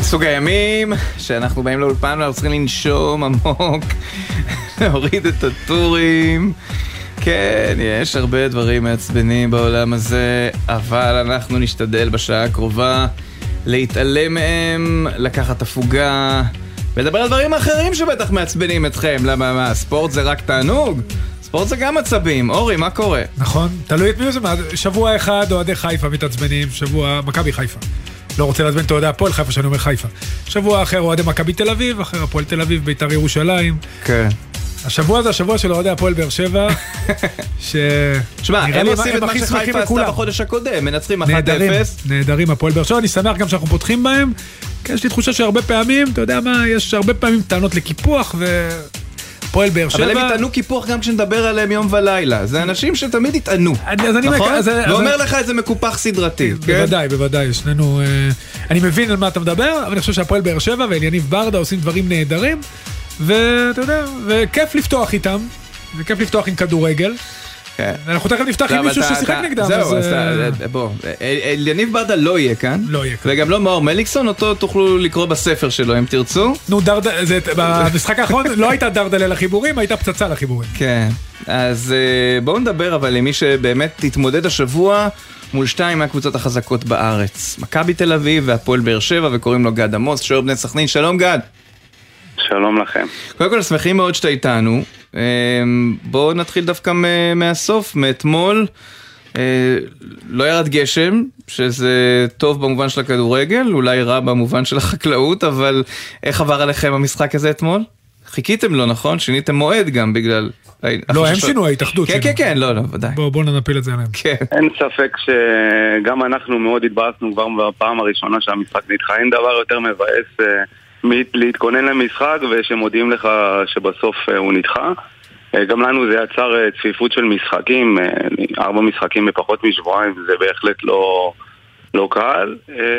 מסוג הימים שאנחנו באים לאולפן ואנחנו צריכים לנשום עמוק, להוריד את הטורים. כן, יש הרבה דברים מעצבנים בעולם הזה, אבל אנחנו נשתדל בשעה הקרובה להתעלם מהם, לקחת הפוגה ולדבר על דברים אחרים שבטח מעצבנים אתכם. למה, מה, ספורט זה רק תענוג? ספורט זה גם עצבים. אורי, מה קורה? נכון, תלוי את מי זה. שבוע אחד אוהדי חיפה מתעצבנים, שבוע מכבי חיפה. לא רוצה להזמין את אוהדי הפועל חיפה שאני אומר חיפה. שבוע אחר אוהדי מכבי תל אביב, אחר הפועל תל אביב, בית"ר ירושלים. כן. השבוע הזה השבוע של אוהדי הפועל באר שבע. שמע, הם עושים את מה שחיפה עשתה בחודש הקודם, מנצחים 1-0. נהדרים, הפועל באר שבע. אני שמח גם שאנחנו פותחים בהם, כי יש לי תחושה שהרבה פעמים, אתה יודע מה, יש הרבה פעמים טענות לקיפוח פועל באר שבע. אבל הם יטענו קיפוח גם כשנדבר עליהם יום ולילה. זה אנשים שתמיד יטענו. נכון? לא אומר לך איזה מקופח סדרתי. בוודאי. שנינו... אני מבין על מה אתה מדבר, אבל אני חושב שהפועל באר שבע ואליניב ברדה עושים דברים נהדרים, ואתה יודע, וכיף לפתוח איתם, וכיף לפתוח עם כדורגל. אנחנו תכף נפתח עם מישהו ששיחק נגדם. זהו, בוא. אליניב ברדה לא יהיה כאן. לא יהיה כאן. וגם לא מאור מליקסון, אותו תוכלו לקרוא בספר שלו, אם תרצו. נו, במשחק האחרון לא הייתה דרדלה לחיבורים, הייתה פצצה לחיבורים. כן. אז בואו נדבר אבל עם מי שבאמת תתמודד השבוע מול שתיים מהקבוצות החזקות בארץ. מכבי תל אביב והפועל באר שבע, וקוראים לו גד עמוס, שוער בני סכנין. שלום גד. שלום לכם. קודם כל, שמחים מאוד שאתה איתנו. בואו נתחיל דווקא מהסוף, מאתמול. לא ירד גשם, שזה טוב במובן של הכדורגל, אולי רע במובן של החקלאות, אבל איך עבר עליכם המשחק הזה אתמול? חיכיתם לו, נכון? שיניתם מועד גם בגלל... לא, הם שינו ההתאחדות. כן, לא, ודאי. בואו ננפיל את זה עליהם. אין ספק שגם אנחנו מאוד התבאסנו כבר בפעם הראשונה שהמשחק נדחה. אין דבר יותר מבאס להתכונן למשחק ושמודיעים לך שבסוף הוא נדחה. גם לנו זה יצר צפיפות של משחקים, 4 משחקים בפחות משבועיים, זה בהחלט לא קל.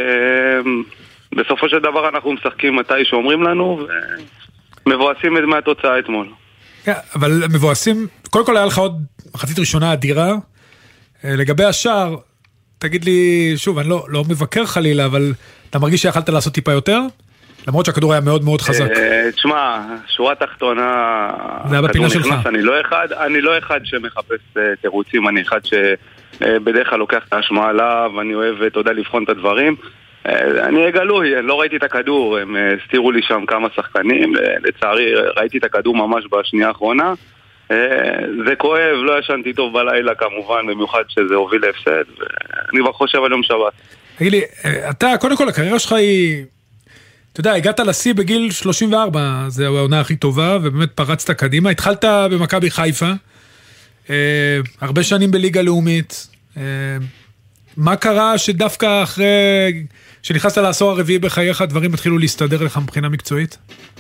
בסופו של דבר אנחנו משחקים מתי שאומרים לנו ומבואסים מהתוצאה אתמול. כן, אבל מבואסים, קודם כל היה לך עוד מחצית ראשונה אדירה. לגבי השאר, תגיד לי, שוב, אני לא מבקר חלילה, אבל אתה מרגיש שיכלת לעשות טיפה יותר? למרות שהכדור היה מאוד מאוד חזק. תשמע, שורה תחתונה, זה היה בפינה שלך. אני לא אחד שמחפש תירוצים, אני אחד שבדרך כלל לוקח את האשמה עליו, אני אוהב, אתה יודע, לבחון את הדברים. אני אגלוי, לא ראיתי את הכדור, הם הסתירו לי שם כמה שחקנים, לצערי ראיתי את הכדור ממש בשנייה האחרונה. זה כואב, לא ישנתי טוב בלילה כמובן, במיוחד שזה הוביל להפסד, ואני כבר חושב על יום שבת. תגיד לי, אתה, קודם כל, הקריירה שלך היא... אתה יודע, הגעת לשיא בגיל 34, זה העונה הכי טובה, ובאמת פרצת קדימה. התחלת במכבי חיפה, הרבה שנים בליגה לאומית. מה קרה שדווקא אחרי שנכנסת לעשור הרביעי בחייך, דברים התחילו להסתדר לך מבחינה מקצועית?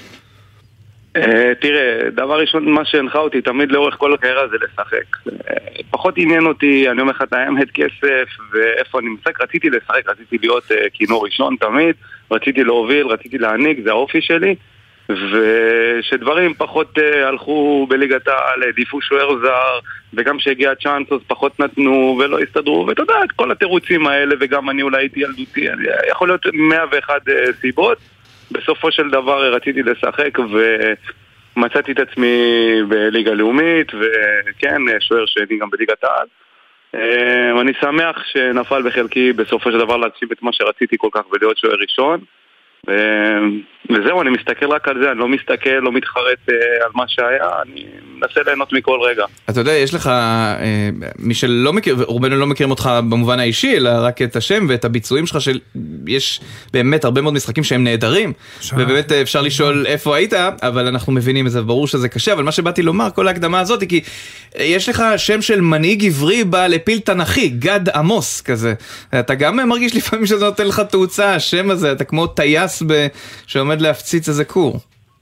תראה, דבר ראשון, מה שהנחה אותי תמיד לאורך כל הקריירה זה לשחק. פחות עניין אותי, אני אומר לך את האמת כסף ואיפה אני משחק, רציתי לשחק, רציתי להיות כינור ראשון תמיד, רציתי להוביל, רציתי להעניק, זה האופי שלי, ושדברים פחות הלכו בליגת העל, העדיפו שוער זר, וגם שהגיע הצ'אנס אז פחות נתנו ולא הסתדרו, ואתה יודע, כל התירוצים האלה, וגם אני אולי הייתי ילדותי, יכול להיות 101 סיבות, בסופו של דבר רציתי לשחק ומצאתי את עצמי בליגה לאומית וכן, שוער שני גם בליגת העל. אני שמח שנפל בחלקי בסופו של דבר להגשים את מה שרציתי כל כך ולהיות שוער ראשון. וזהו, אני מסתכל רק על זה, אני לא מסתכל, לא מתחרט על מה שהיה, אני מנסה ליהנות מכל רגע. אתה יודע, יש לך, מי שלא מכיר, רובנו לא מכירים אותך במובן האישי, אלא רק את השם ואת הביצועים שלך, שיש באמת הרבה מאוד משחקים שהם נהדרים, ובאמת אפשר לשאול איפה היית, אבל אנחנו מבינים את זה, ברור שזה קשה, אבל מה שבאתי לומר, כל ההקדמה הזאת, כי יש לך שם של מנהיג עברי בעל אפיל תנכי, גד עמוס כזה. אתה גם מרגיש לפעמים שזה נותן לך תאוצה, השם הזה, אתה כמו טייס שעומד להפציץ איזה קור.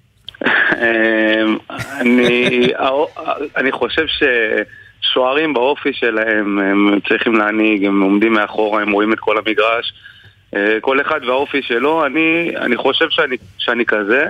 אני חושב ששוערים באופי שלהם הם צריכים להנהיג, הם עומדים מאחורה, הם רואים את כל המגרש, כל אחד והאופי שלו. אני חושב שאני כזה,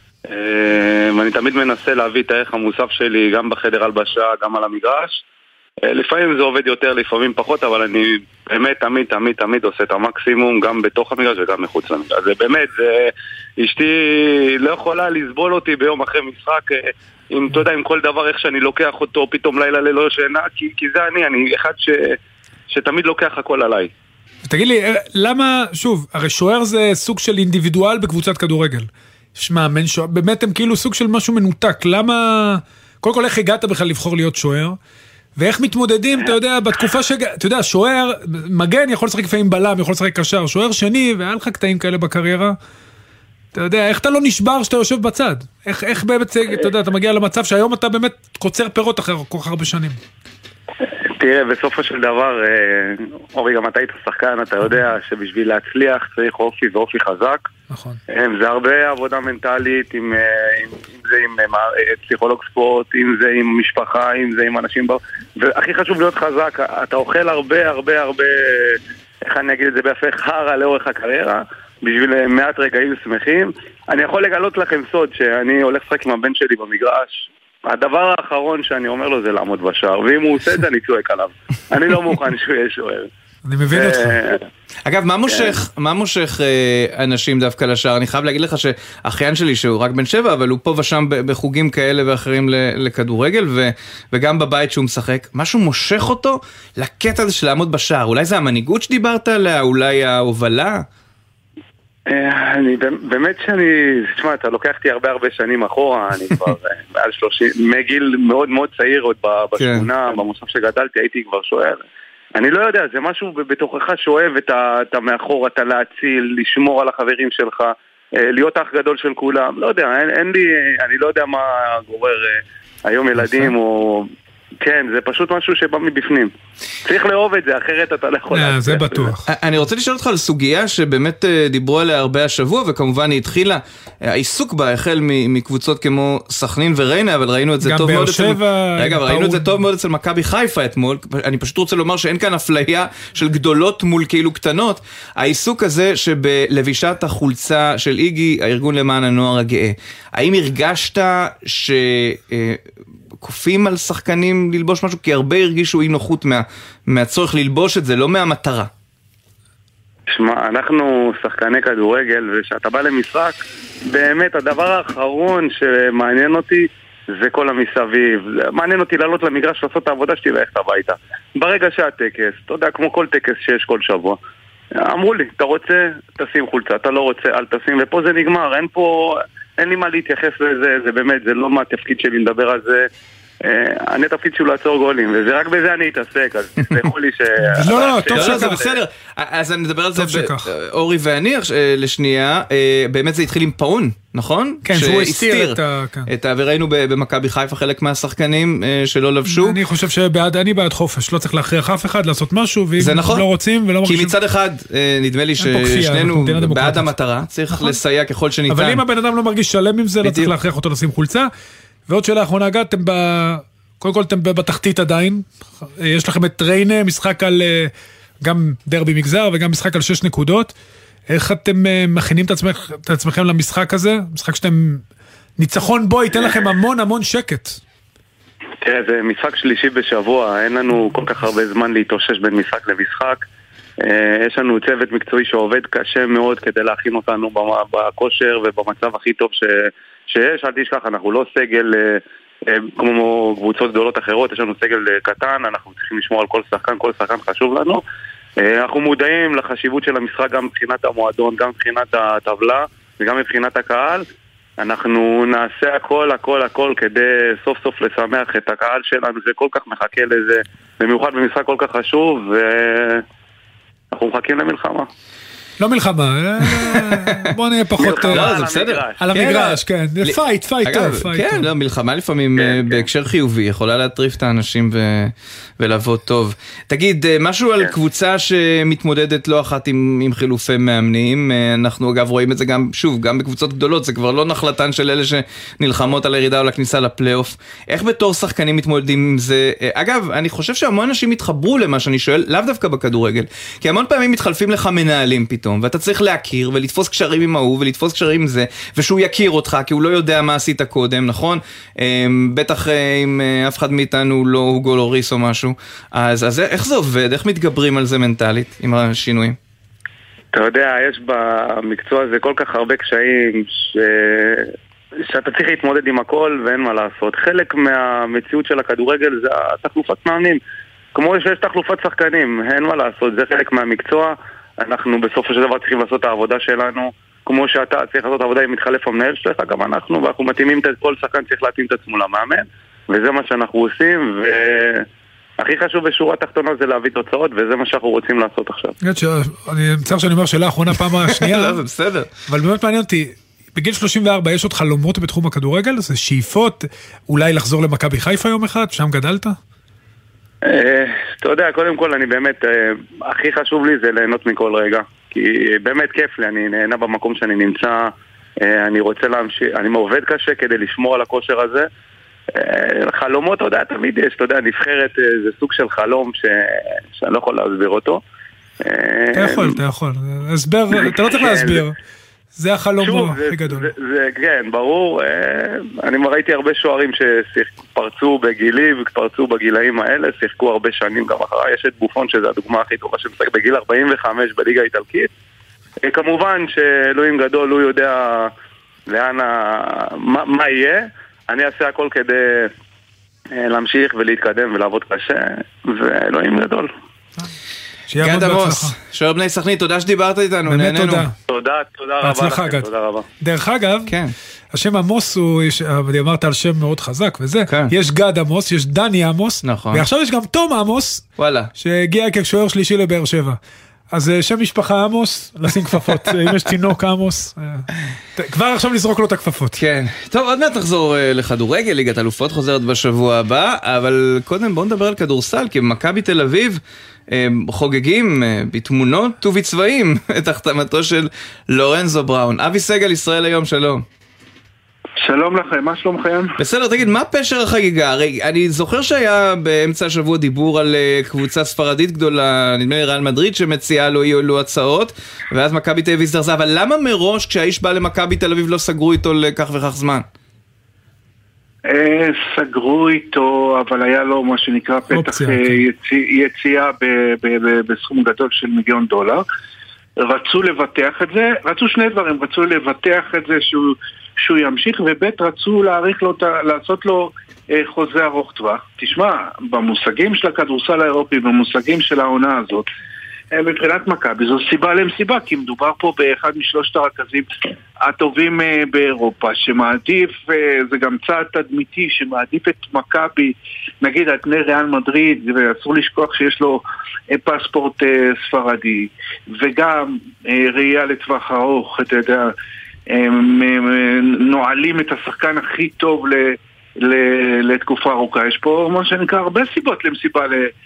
ואני תמיד מנסה להביא את הערך המוסף שלי גם בחדר הלבשה, גם על המגרש. לפעמים זה עובד יותר, לפעמים פחות, אבל אני באמת תמיד עושה את המקסימום, גם בתוך המגרש וגם מחוץ למגרש. זה באמת, אשתי לא יכולה לסבול אותי ביום אחרי משחק, אם אתה יודע, עם כל דבר איך שאני לוקח אותו, פתאום לילה ללא שינה, כי זה אני אחד שתמיד לוקח הכל עליי. תגיד לי, למה, שוב, הרי שוער זה סוג של אינדיבידואל בקבוצת כדורגל. יש מאמן שוער, באמת הם כאילו סוג של משהו מנותק. למה, קודם כל איך הגעת בכלל לבחור להיות שוער? ואיך מתמודדים, אתה יודע, בתקופה אתה יודע, שוער, מגן יכול לשחק לפעמים בלם, יכול לשחק קשר, שוער שני, והיה לך קטעים כאלה בקריירה. אתה יודע, איך אתה לא נשבר שאתה יושב בצד? איך באמת, אתה יודע, אתה מגיע למצב שהיום אתה באמת קוצר פירות אחרי כל כך הרבה שנים. תראה, בסופו של דבר, אורי, גם אתה היית שחקן, אתה יודע שבשביל להצליח צריך אופי ואופי חזק. נכון. זה הרבה עבודה מנטלית, אם זה עם פסיכולוג ספורט, אם זה עם משפחה, אם זה עם אנשים, והכי חשוב להיות חזק, אתה אוכל הרבה, איך אני אגיד את זה ביפה, חרה לאורך הקריירה, בשביל מעט רגעים שמחים. אני יכול לגלות לכם סוד שאני הולך לשחק עם הבן שלי במגרש, הדבר האחרון שאני אומר לו זה לעמוד בשער, ואם הוא עושה את זה אני צועק עליו. אני לא מוכן שהוא יהיה שוער. אני מבין אותך. אגב, מה מושך אנשים דווקא לשער? אני חייב להגיד לך שאחיין שלי, שהוא רק בן 7, אבל הוא פה ושם בחוגים כאלה ואחרים לכדורגל, וגם בבית שהוא משחק, משהו מושך אותו לקטע הזה של לעמוד בשער. אולי זה המנהיגות שדיברת עליה, אולי ההובלה? באמת תשמע, אתה לוקחתי הרבה שנים אחורה, אני כבר מעל 30, מגיל מאוד מאוד צעיר עוד בשכונה, במושב שגדלתי, הייתי כבר שוער. אני לא יודע, זה משהו בתוכך שאוהב את המאחור, אתה להציל, לשמור על החברים שלך, להיות אח גדול של כולם, לא יודע, אני לא יודע מה גורר היום ילדים או... כן, זה פשוט משהו שבא מבפנים. צריך לאהוב את זה, אחרת אתה לא יכול... זה בטוח. אני רוצה לשאול אותך על סוגיה שבאמת דיברו עליה הרבה השבוע, וכמובן היא התחילה, העיסוק בה החל מקבוצות כמו סכנין וריינה, אבל ראינו את זה טוב מאוד אצל... רגע, ראינו את זה טוב מאוד אצל מכבי חיפה אתמול. אני פשוט רוצה לומר שאין כאן אפליה של גדולות מול כאילו קטנות. העיסוק הזה שבלבישת החולצה של איגי, הארגון למען הנוער הגאה. האם הרגשת קופים על שחקנים ללבוש משהו? כי הרבה הרגישו אי נוחות מהצורך ללבוש את זה, לא מהמטרה. שמע, אנחנו שחקני כדורגל, ושאתה בא למשחק, באמת הדבר האחרון שמעניין אותי זה כל המסביב. מעניין אותי לעלות למגרש, לעשות את העבודה שלי וללכת הביתה. ברגע שהטקס, אתה יודע, כמו כל טקס שיש כל שבוע, אמרו לי, אתה רוצה, תשים חולצה, אתה לא רוצה, אל תשים, ופה זה נגמר, אין לי מה להתייחס לזה, זה באמת, זה לא מה התפקיד שלי לדבר על זה. אני התפקיד שהוא לעצור גולים, וזה רק בזה אני אתעסק, אז תסלחו לי ש... לא, טוב שכך. זה בסדר. אז אני מדבר על זה, אורי ואני לשנייה, באמת זה התחיל עם פאון, נכון? כן, שהוא הסתיר את וראינו במכבי חיפה חלק מהשחקנים שלא לבשו. אני חושב שאני בעד חופש, לא צריך להכריח אף אחד לעשות משהו, ואם לא רוצים ולא כי מצד אחד, נדמה לי ששנינו בעד המטרה, צריך לסייע ככל שניתן. אבל אם הבן אדם לא מרגיש שלם עם זה, לא צריך להכריח אותו לשים חולצה. ועוד שאלה האחרונה, הגעתם קודם כל אתם בתחתית עדיין, יש לכם את ריינה, משחק על גם דרבי מגזר וגם משחק על 6 נקודות, איך אתם מכינים את עצמכם למשחק הזה? משחק שאתם, ניצחון בו ייתן לכם המון שקט. תראה, זה משחק שלישי בשבוע, אין לנו כל כך הרבה זמן להתאושש בין משחק למשחק, יש לנו צוות מקצועי שעובד קשה מאוד כדי להכין אותנו בכושר ובמצב הכי טוב שיש, אל תשכח, אנחנו לא סגל כמו קבוצות גדולות אחרות, יש לנו סגל קטן, אנחנו צריכים לשמור על כל שחקן חשוב לנו. אנחנו מודעים לחשיבות של המשחק גם מבחינת המועדון, גם מבחינת הטבלה וגם מבחינת הקהל. אנחנו נעשה הכל כדי סוף סוף לשמח את הקהל שלנו, זה כל כך מחכה לזה, במיוחד במשחק כל כך חשוב, ואנחנו מחכים למלחמה. לא מלחמה, בוא נהיה פחות... לא, זה בסדר. על המגרש, כן. פייט. כן, לא, מלחמה לפעמים בהקשר חיובי, יכולה להטריף את האנשים ולעבוד טוב. תגיד, משהו על קבוצה שמתמודדת לא אחת עם חילופי מאמנים, אנחנו אגב רואים את זה גם, שוב, גם בקבוצות גדולות, זה כבר לא נחלתן של אלה שנלחמות על הירידה או לכניסה לפלייאוף. איך בתור שחקנים מתמודדים עם זה? אגב, אני חושב שהמון אנשים התחברו למה שאני שואל, לאו דווקא בכדורגל, כי המון פעמים מתחלפים לך מנהלים פתאום. פתאום, ואתה צריך להכיר ולתפוס קשרים עם ההוא ולתפוס קשרים עם זה, ושהוא יכיר אותך, כי הוא לא יודע מה עשית קודם, נכון? בטח אם אף אחד מאיתנו לא הוגו לוריס או משהו. אז איך זה עובד? איך מתגברים על זה מנטלית עם השינויים? אתה יודע, יש במקצוע הזה כל כך הרבה קשיים שאתה צריך להתמודד עם הכל ואין מה לעשות. חלק מהמציאות של הכדורגל זה התחלופת מאמנים. כמו שיש תחלופת שחקנים, אין מה לעשות, זה חלק מהמקצוע. אנחנו בסופו של דבר צריכים לעשות את העבודה שלנו. כמו שאתה צריך לעשות עבודה עם מתחלף המנהל שלך, גם ואנחנו מתאימים את כל שחקן צריך להתאים את עצמו למאמן, וזה מה שאנחנו עושים, הכי חשוב בשורה התחתונה זה להביא תוצאות, וזה מה שאנחנו רוצים לעשות עכשיו. אני מצטער שאני אומר שאלה אחרונה פעם השנייה. לא, זה בסדר. אבל באמת מעניין אותי, בגיל 34 יש עוד חלומות בתחום הכדורגל? זה שאיפות, אולי לחזור למכבי חיפה יום אחד? שם גדלת? אתה יודע, קודם כל אני באמת, הכי חשוב לי זה ליהנות מכל רגע. כי באמת כיף לי, אני נהנה במקום שאני נמצא, אני רוצה להמשיך, אני עובד קשה כדי לשמור על הכושר הזה. חלומות, אתה יודע, תמיד יש, אתה יודע, נבחרת זה סוג של חלום שאני לא יכול להסביר אותו. אתה יכול. הסבר, אתה לא צריך להסביר. זה החלום הכי גדול. כן, ברור. אני ראיתי הרבה שוערים שפרצו בגילי ופרצו בגילאים האלה, שיחקו הרבה שנים גם אחריי. יש את בופון, שזה הדוגמה הכי טובה, שמשחק בגיל 45 בליגה האיטלקית. כמובן שאלוהים גדול, הוא יודע לאן, מה יהיה. אני אעשה הכל כדי להמשיך ולהתקדם ולעבוד קשה, ואלוהים גדול. גד עמוס, שוער בני סכנין, תודה שדיברת איתנו, נהנינו. תודה רבה לכם, תודה רבה. דרך אגב, השם עמוס הוא, אמרת על שם מאוד חזק וזה, יש גד עמוס, יש דני עמוס, ועכשיו יש גם תום עמוס, שהגיע כשוער שלישי לבאר שבע. אז שם משפחה עמוס, לשים כפפות, אם יש תינוק עמוס, כבר עכשיו לזרוק לו את הכפפות. כן, טוב, עוד מעט נחזור לכדורגל, ליגת אלופות חוזרת בשבוע הבא, אבל קודם בואו נדבר על כדורסל, כי במכבי תל אביב חוגגים בתמונות ובצבעים את החתמתו של לורנזו בראון. אבי סגל, ישראל היום, שלום. שלום לכם, מה שלומכם? בסדר, תגיד, מה פשר החגיגה? הרי אני זוכר שהיה באמצע השבוע דיבור על קבוצה ספרדית גדולה, נדמה לי ריאל מדריד, שמציעה לו יהיו הצעות, ואז מכבי תל אביב הזדרזה, אבל למה מראש כשהאיש בא למכבי תל אביב לא סגרו איתו לכך וכך זמן? סגרו איתו, אבל היה לו מה שנקרא פתח יציאה בסכום גדול של $1,000,000. רצו לבטח את זה, רצו שני דברים, רצו לבטח את זה שהוא ימשיך, ובית רצו לעשות לו חוזה ארוך טווח. תשמע, במושגים של הכדורסל האירופי, במושגים של העונה הזאת, מבחינת מכבי זו סיבה למסיבה, כי מדובר פה באחד משלושת הרכזים הטובים באירופה, שמעדיף, זה גם צעד תדמיתי, שמעדיף את מכבי, נגיד על פני ריאל מדריד, ואסור לשכוח שיש לו פספורט ספרדי, וגם ראייה לטווח ארוך, אתה יודע, נועלים את השחקן הכי טוב לתקופה ארוכה. יש פה מה שנקרא הרבה סיבות למסיבה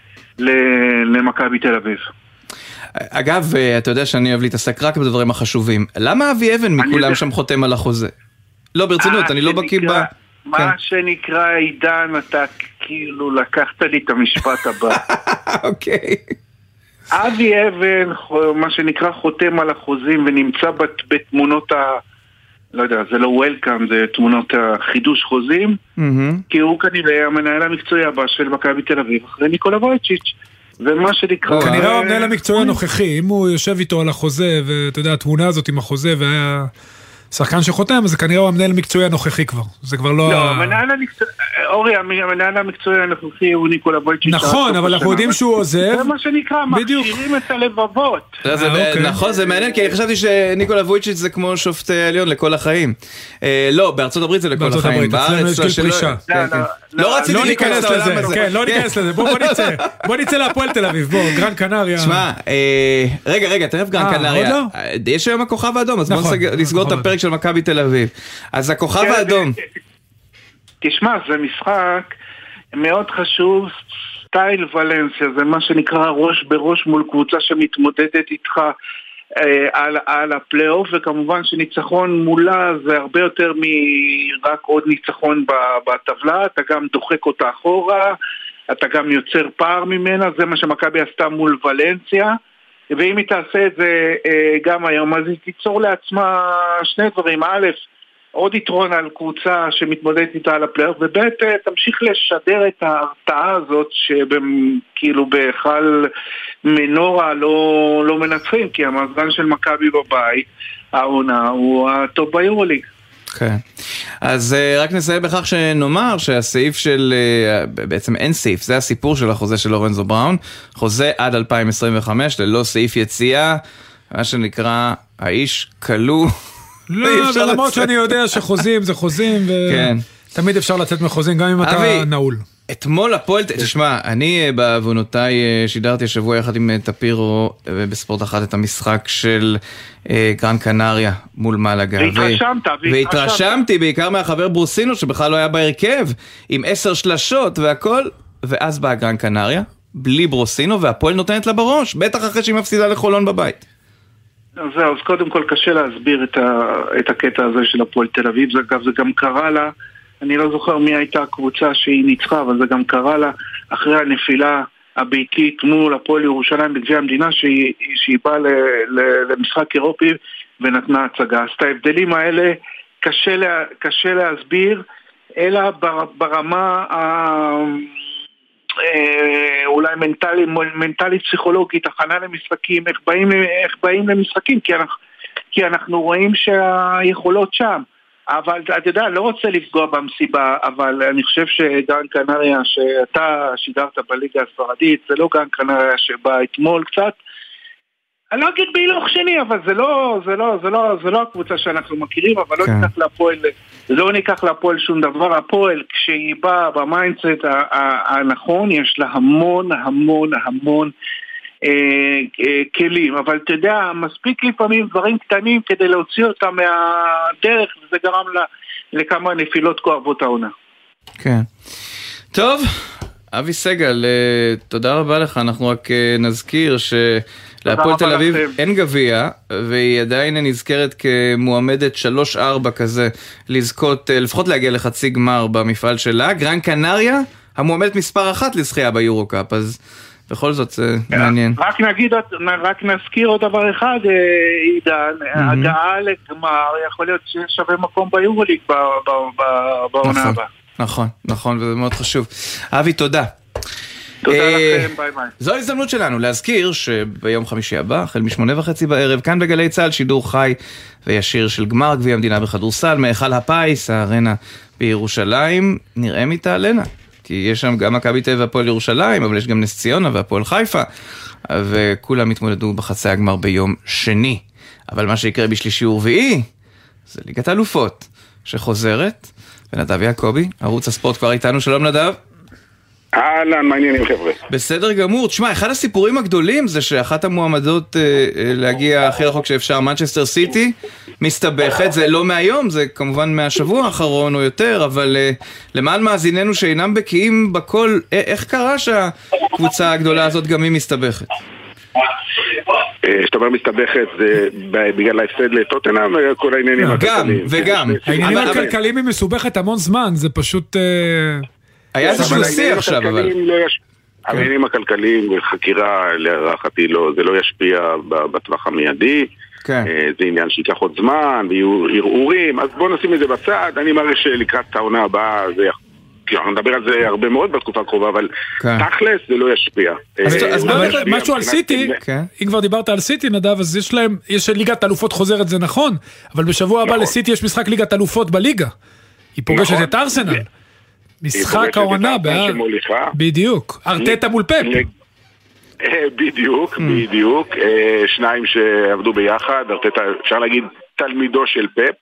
למכבי תל אביב. אגב, אתה יודע שאני אוהב להתעסק רק בדברים החשובים. למה אבי אבן מכולם שם חותם על החוזה? לא, ברצינות, אני לא בקיא בה. מה שנקרא עידן, אתה כאילו לקחת לי את המשפט הבא. אוקיי. אבי אבן, מה שנקרא חותם על החוזים ונמצא בתמונות לא יודע, זה לא וולקאם, זה תמונות החידוש חוזים, כי הוא כנראה המנהל המקצועי הבא של מכבי תל אביב, אחרי ניקולה וויצ'יץ'. ומה שנקרא... כנראה הוא המנהל המקצועי הנוכחי, אם הוא יושב איתו על החוזה, ואתה יודע, התמונה הזאת עם החוזה, והיה שחקן שחותם, אז זה כנראה הוא המנהל המקצועי הנוכחי כבר. זה כבר לא... לא, המנהל המקצועי הנוכחי הוא ניקולה וויצ'יץ'. נכון, אבל אנחנו יודעים שהוא עוזב. זה מה שנקרא, מכשירים את הלבבות. נכון, זה מעניין, כי אני חשבתי שניקולה וויצ'יץ' זה כמו שופט עליון לכל החיים. לא, בארצות הברית זה לכל החיים. בארץ לא רציתי להיכנס לזה. כן, לא ניכנס לזה. בוא נצא להפועל תל אביב. בוא, גרן קנריה. שמע, רגע, תראה גרן קנריה. יש היום הכוכב האדום, אז בוא נסגור את הפרק של מכבי תל אביב. אז הכוכב האדום. תשמע, זה משחק מאוד חשוב, סטייל ולנסיה, זה מה שנקרא ראש בראש מול קבוצה שמתמודדת איתך על הפלייאוף, וכמובן שניצחון מולה זה הרבה יותר מרק עוד ניצחון בטבלה, אתה גם דוחק אותה אחורה, אתה גם יוצר פער ממנה, זה מה שמכבי עשתה מול ולנסיה, ואם היא תעשה את זה גם היום, אז היא תיצור לעצמה שני דברים. א', עוד יתרון על קבוצה שמתמודדת איתה על הפלייאוף, וב' תמשיך לשדר את ההרתעה הזאת שכאילו בהיכל מנורה לא מנצחים, כי המאזן של מכבי בבית, העונה הוא הטוב ביורוליג. כן. אז רק נסיים בכך שנאמר שהסעיף של, בעצם אין סעיף, זה הסיפור של החוזה של לורנזו בראון, חוזה עד 2025 ללא סעיף יציאה, מה שנקרא האיש כלוא. לא, למרות שאני יודע שחוזים זה חוזים, ותמיד אפשר לצאת מחוזים גם אם אתה נעול. אתמול הפועל, תשמע, אני בעוונותיי שידרתי השבוע יחד עם טפירו בספורט אחת את המשחק של גרן קנריה מול מלאגה. והתרשמתי בעיקר מהחבר ברוסינו שבכלל לא היה בהרכב, עם 10 שלשות והכל, ואז באה גרן קנריה, בלי ברוסינו, והפועל נותנת לה בראש, בטח אחרי שהיא מפסידה לחולון בבית. אז קודם כל קשה להסביר את הקטע הזה של הפועל תל אביב, זה גם קרה לה, אני לא זוכר מי הייתה הקבוצה שהיא ניצחה, אבל זה גם קרה לה אחרי הנפילה הביתית מול הפועל ירושלים בגביע המדינה, שהיא באה למשחק אירופי ונתנה הצגה. אז את ההבדלים האלה קשה להסביר, אלא ברמה אולי מנטלית פסיכולוגית, הכנה למשחקים, איך באים למשחקים, כי אנחנו רואים שהיכולות שם. אבל אתה יודע, לא רוצה לפגוע במסיבה, אבל אני חושב שגרן קנריה שאתה שידרת בליגה הספרדית, זה לא גרן קנריה שבא אתמול קצת, אני לא אגיד בהילוך שני, אבל זה לא הקבוצה שאנחנו מכירים, אבל לא ניקח להפועל שום דבר. הפועל כשהיא באה במיינדסט הנכון, יש לה המון כלים, אבל אתה יודע, מספיק לפעמים דברים קטנים כדי להוציא אותם מהדרך, וזה גרם לכמה נפילות כואבות העונה. כן. טוב, אבי סגל, תודה רבה לך. אנחנו רק נזכיר שלהפועל תל אביב אין גביע, והיא עדיין נזכרת כמועמדת 3-4 כזה, לזכות, לפחות להגיע לחצי גמר במפעל שלה. גרן קנריה, המועמדת מספר 1 לזכייה ביורו-קאפ, אז בכל זאת זה מעניין. רק נזכיר עוד דבר אחד, עידן, הגעה לגמר יכול להיות ששווה מקום ביורוליג בעונה הבאה. נכון, וזה מאוד חשוב. אבי, תודה. תודה לכם, ביי ביי. זו ההזדמנות שלנו להזכיר שביום חמישי הבא, החל מ8:30 בערב, כאן בגלי צהל, שידור חי וישיר של גמר גביע המדינה בכדורסל, מהיכל הפיס, הארנה בירושלים. נראה מי תעלנה. כי יש שם גם מכבי תל אביב והפועל ירושלים, אבל יש גם נס ציונה והפועל חיפה, וכולם התמודדו בחצי הגמר ביום שני. אבל מה שיקרה בשלישי ורביעי, זה ליגת האלופות, שחוזרת, ונדב יעקבי, ערוץ הספורט כבר איתנו, שלום נדב. אהלן, מעניינים חבר'ה. בסדר גמור. תשמע, אחד הסיפורים הגדולים זה שאחת המועמדות להגיע הכי רחוק שאפשר, מנצ'סטר סיטי, מסתבכת. זה לא מהיום, זה כמובן מהשבוע האחרון או יותר, אבל למען מאזיננו שאינם בקיאים בכל, איך קרה שהקבוצה הגדולה הזאת גם היא מסתבכת? שאתה אומר מסתבכת זה בגלל ההפסד לטוטנהאם וכל העניינים הכלכליים. וגם. העניינים הכלכליים היא מסובכת המון זמן, זה פשוט... היה איזשהו שיח עכשיו, אבל... העניינים הכלכליים וחקירה להערכתי זה לא ישפיע בטווח המיידי, זה עניין שיקח עוד זמן ויהיו ערעורים, אז בואו נשים את זה בצד. אני מראה שלקראת העונה הבאה אנחנו נדבר על זה הרבה מאוד בתקופה הקרובה, אבל תכלס זה לא ישפיע. אז משהו על סיטי, אם כבר דיברת על סיטי נדב, אז יש ליגת אלופות חוזרת, זה נכון, אבל בשבוע הבא לסיטי יש משחק ליגת אלופות בליגה, היא פוגשת את ארסנל, משחק העונה, בדיוק, ארטטה מול פפ. בדיוק, שניים שעבדו ביחד, ארטטה אפשר להגיד תלמידו של פפ,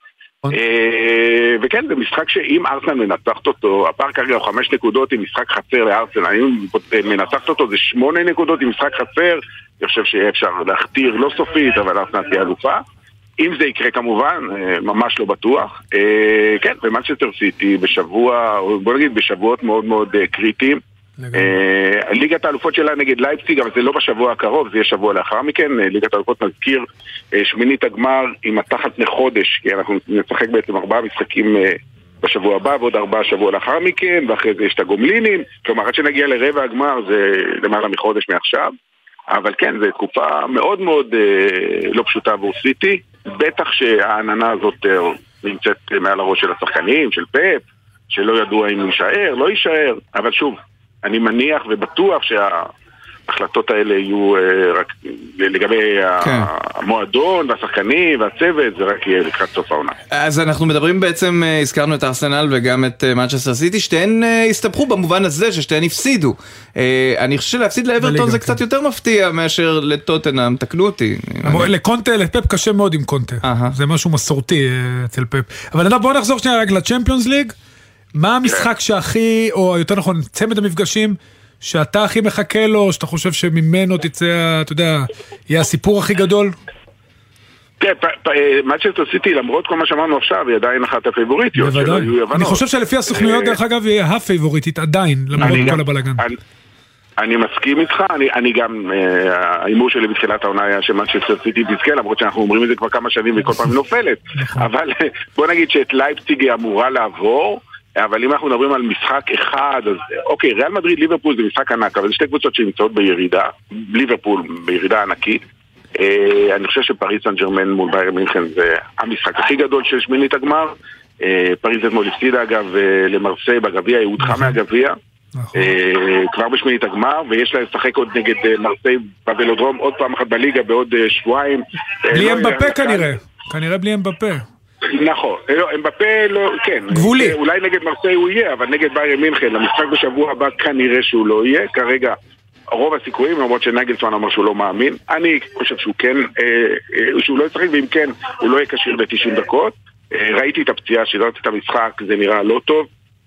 וכן, זה משחק שאם ארסנל מנצחת אותו, הפער כרגע הוא 5 נקודות עם משחק חסר לארסנל, אם מנצחת אותו זה 8 נקודות עם משחק חסר, אני חושב שיהיה אפשר להכתיר לא סופית, אבל ארסנל תהיה אלופה. אם זה יקרה כמובן, ממש לא בטוח. כן, ומנצ'סטר סיטי בשבוע, בוא נגיד בשבועות מאוד מאוד קריטיים, ליגת האלופות שלה נגד לייפציג, אבל זה לא בשבוע הקרוב, זה יהיה שבוע לאחר מכן. ליגת האלופות נזכיר שמינית הגמר עם מתחת לחודש, כי אנחנו נשחק בעצם 4 משחקים בשבוע הבא ועוד 4 שבוע לאחר מכן, ואחרי זה יש את הגומלינים, כלומר עד שנגיע לרבע הגמר זה למעלה מחודש מעכשיו. אבל כן, זו תקופה מאוד מאוד לא פשוטה עבור סיטי, בטח שהעננה הזאת נמצאת מעל הראש של השחקנים, של פאפ, שלא ידוע אם יישאר, לא יישאר, אבל שוב, אני מניח ובטוח ההחלטות האלה יהיו רק לגבי המועדון והשחקנים והצוות, זה רק יהיה לקראת סוף העונה. אז אנחנו מדברים בעצם, הזכרנו את ארסנל וגם את מנצ'סטר סיטי, שתיהן הסתבכו במובן הזה ששתיהן הפסידו. אני חושב שלהפסיד לאברטון זה קצת יותר מפתיע מאשר לטוטנהאם, תקנו אותי. לקונטה, לפפ קשה מאוד עם קונטה, זה משהו מסורתי אצל פפ. אבל בואו נחזור שנייה רק לצ'מפיונס ליג, מה המשחק שהכי, או יותר נכון, צמד המפגשים שאתה הכי מחכה לו, שאתה חושב שממנו תצא, אתה יודע, יהיה הסיפור הכי גדול? כן, מנצ'סטר סיטי, למרות כל מה שאמרנו עכשיו, היא עדיין אחת הפייבוריטיות. בוודאי. אני חושב שלפי הסוכנויות, דרך אגב, היא הפייבוריטית עדיין, למרות כל הבלגן. אני מסכים איתך, אני גם, האימור שלי בתחילת העונה היה שמנצ'סטר סיטי תזכה, למרות שאנחנו אומרים את זה כבר כמה שנים וכל פעם נופלת. אבל בוא נגיד שאת לייפציג היא אמורה לעבור, אבל אם אנחנו מדברים על משחק אחד, אז אוקיי, ריאל מדריד ליברפול זה משחק ענק, אבל זה שתי קבוצות שנמצאות בירידה, ליברפול בירידה ענקית. אני חושב שפריז סן ז'רמן מול ביירן מינכן זה המשחק הכי גדול של שמינית הגמר. פריז אתמול הפסידה אגב למרסיי בגביע, היא הודחה מהגביע כבר בשמינית הגמר, ויש לה לשחק עוד נגד מרסיי בוולודרום עוד פעם אחת בליגה בעוד שבועיים. בלי אמבפה כנראה בלי אמבפה. נכון, אמבפה לא, כן, גבולי. אולי נגד מרסיי הוא יהיה, אבל נגד ביירן מינכן, המשחק בשבוע הבא כנראה שהוא לא יהיה, כרגע רוב הסיכויים, למרות שנגלסמן אמר שהוא לא מאמין, אני חושב שהוא כן, שהוא לא ישחק, ואם כן, הוא לא יהיה קשיר ב-90 דקות, ראיתי את הפציעה, שידרתי את המשחק, זה נראה לא טוב,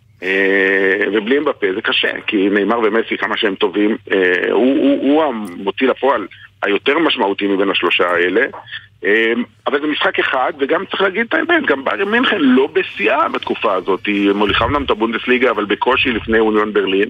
ובלי אמבפה זה קשה, כי ניימר ומסי כמה שהם טובים, הוא המוציא לפועל היותר משמעותי מבין השלושה האלה, אבל זה משחק אחד, וגם צריך להגיד את האמת, גם ביירן מינכן לא בשיאה בתקופה הזאת, היא מוליכה אומנם את הבונדסליגה, אבל בקושי לפני אוניון ברלין,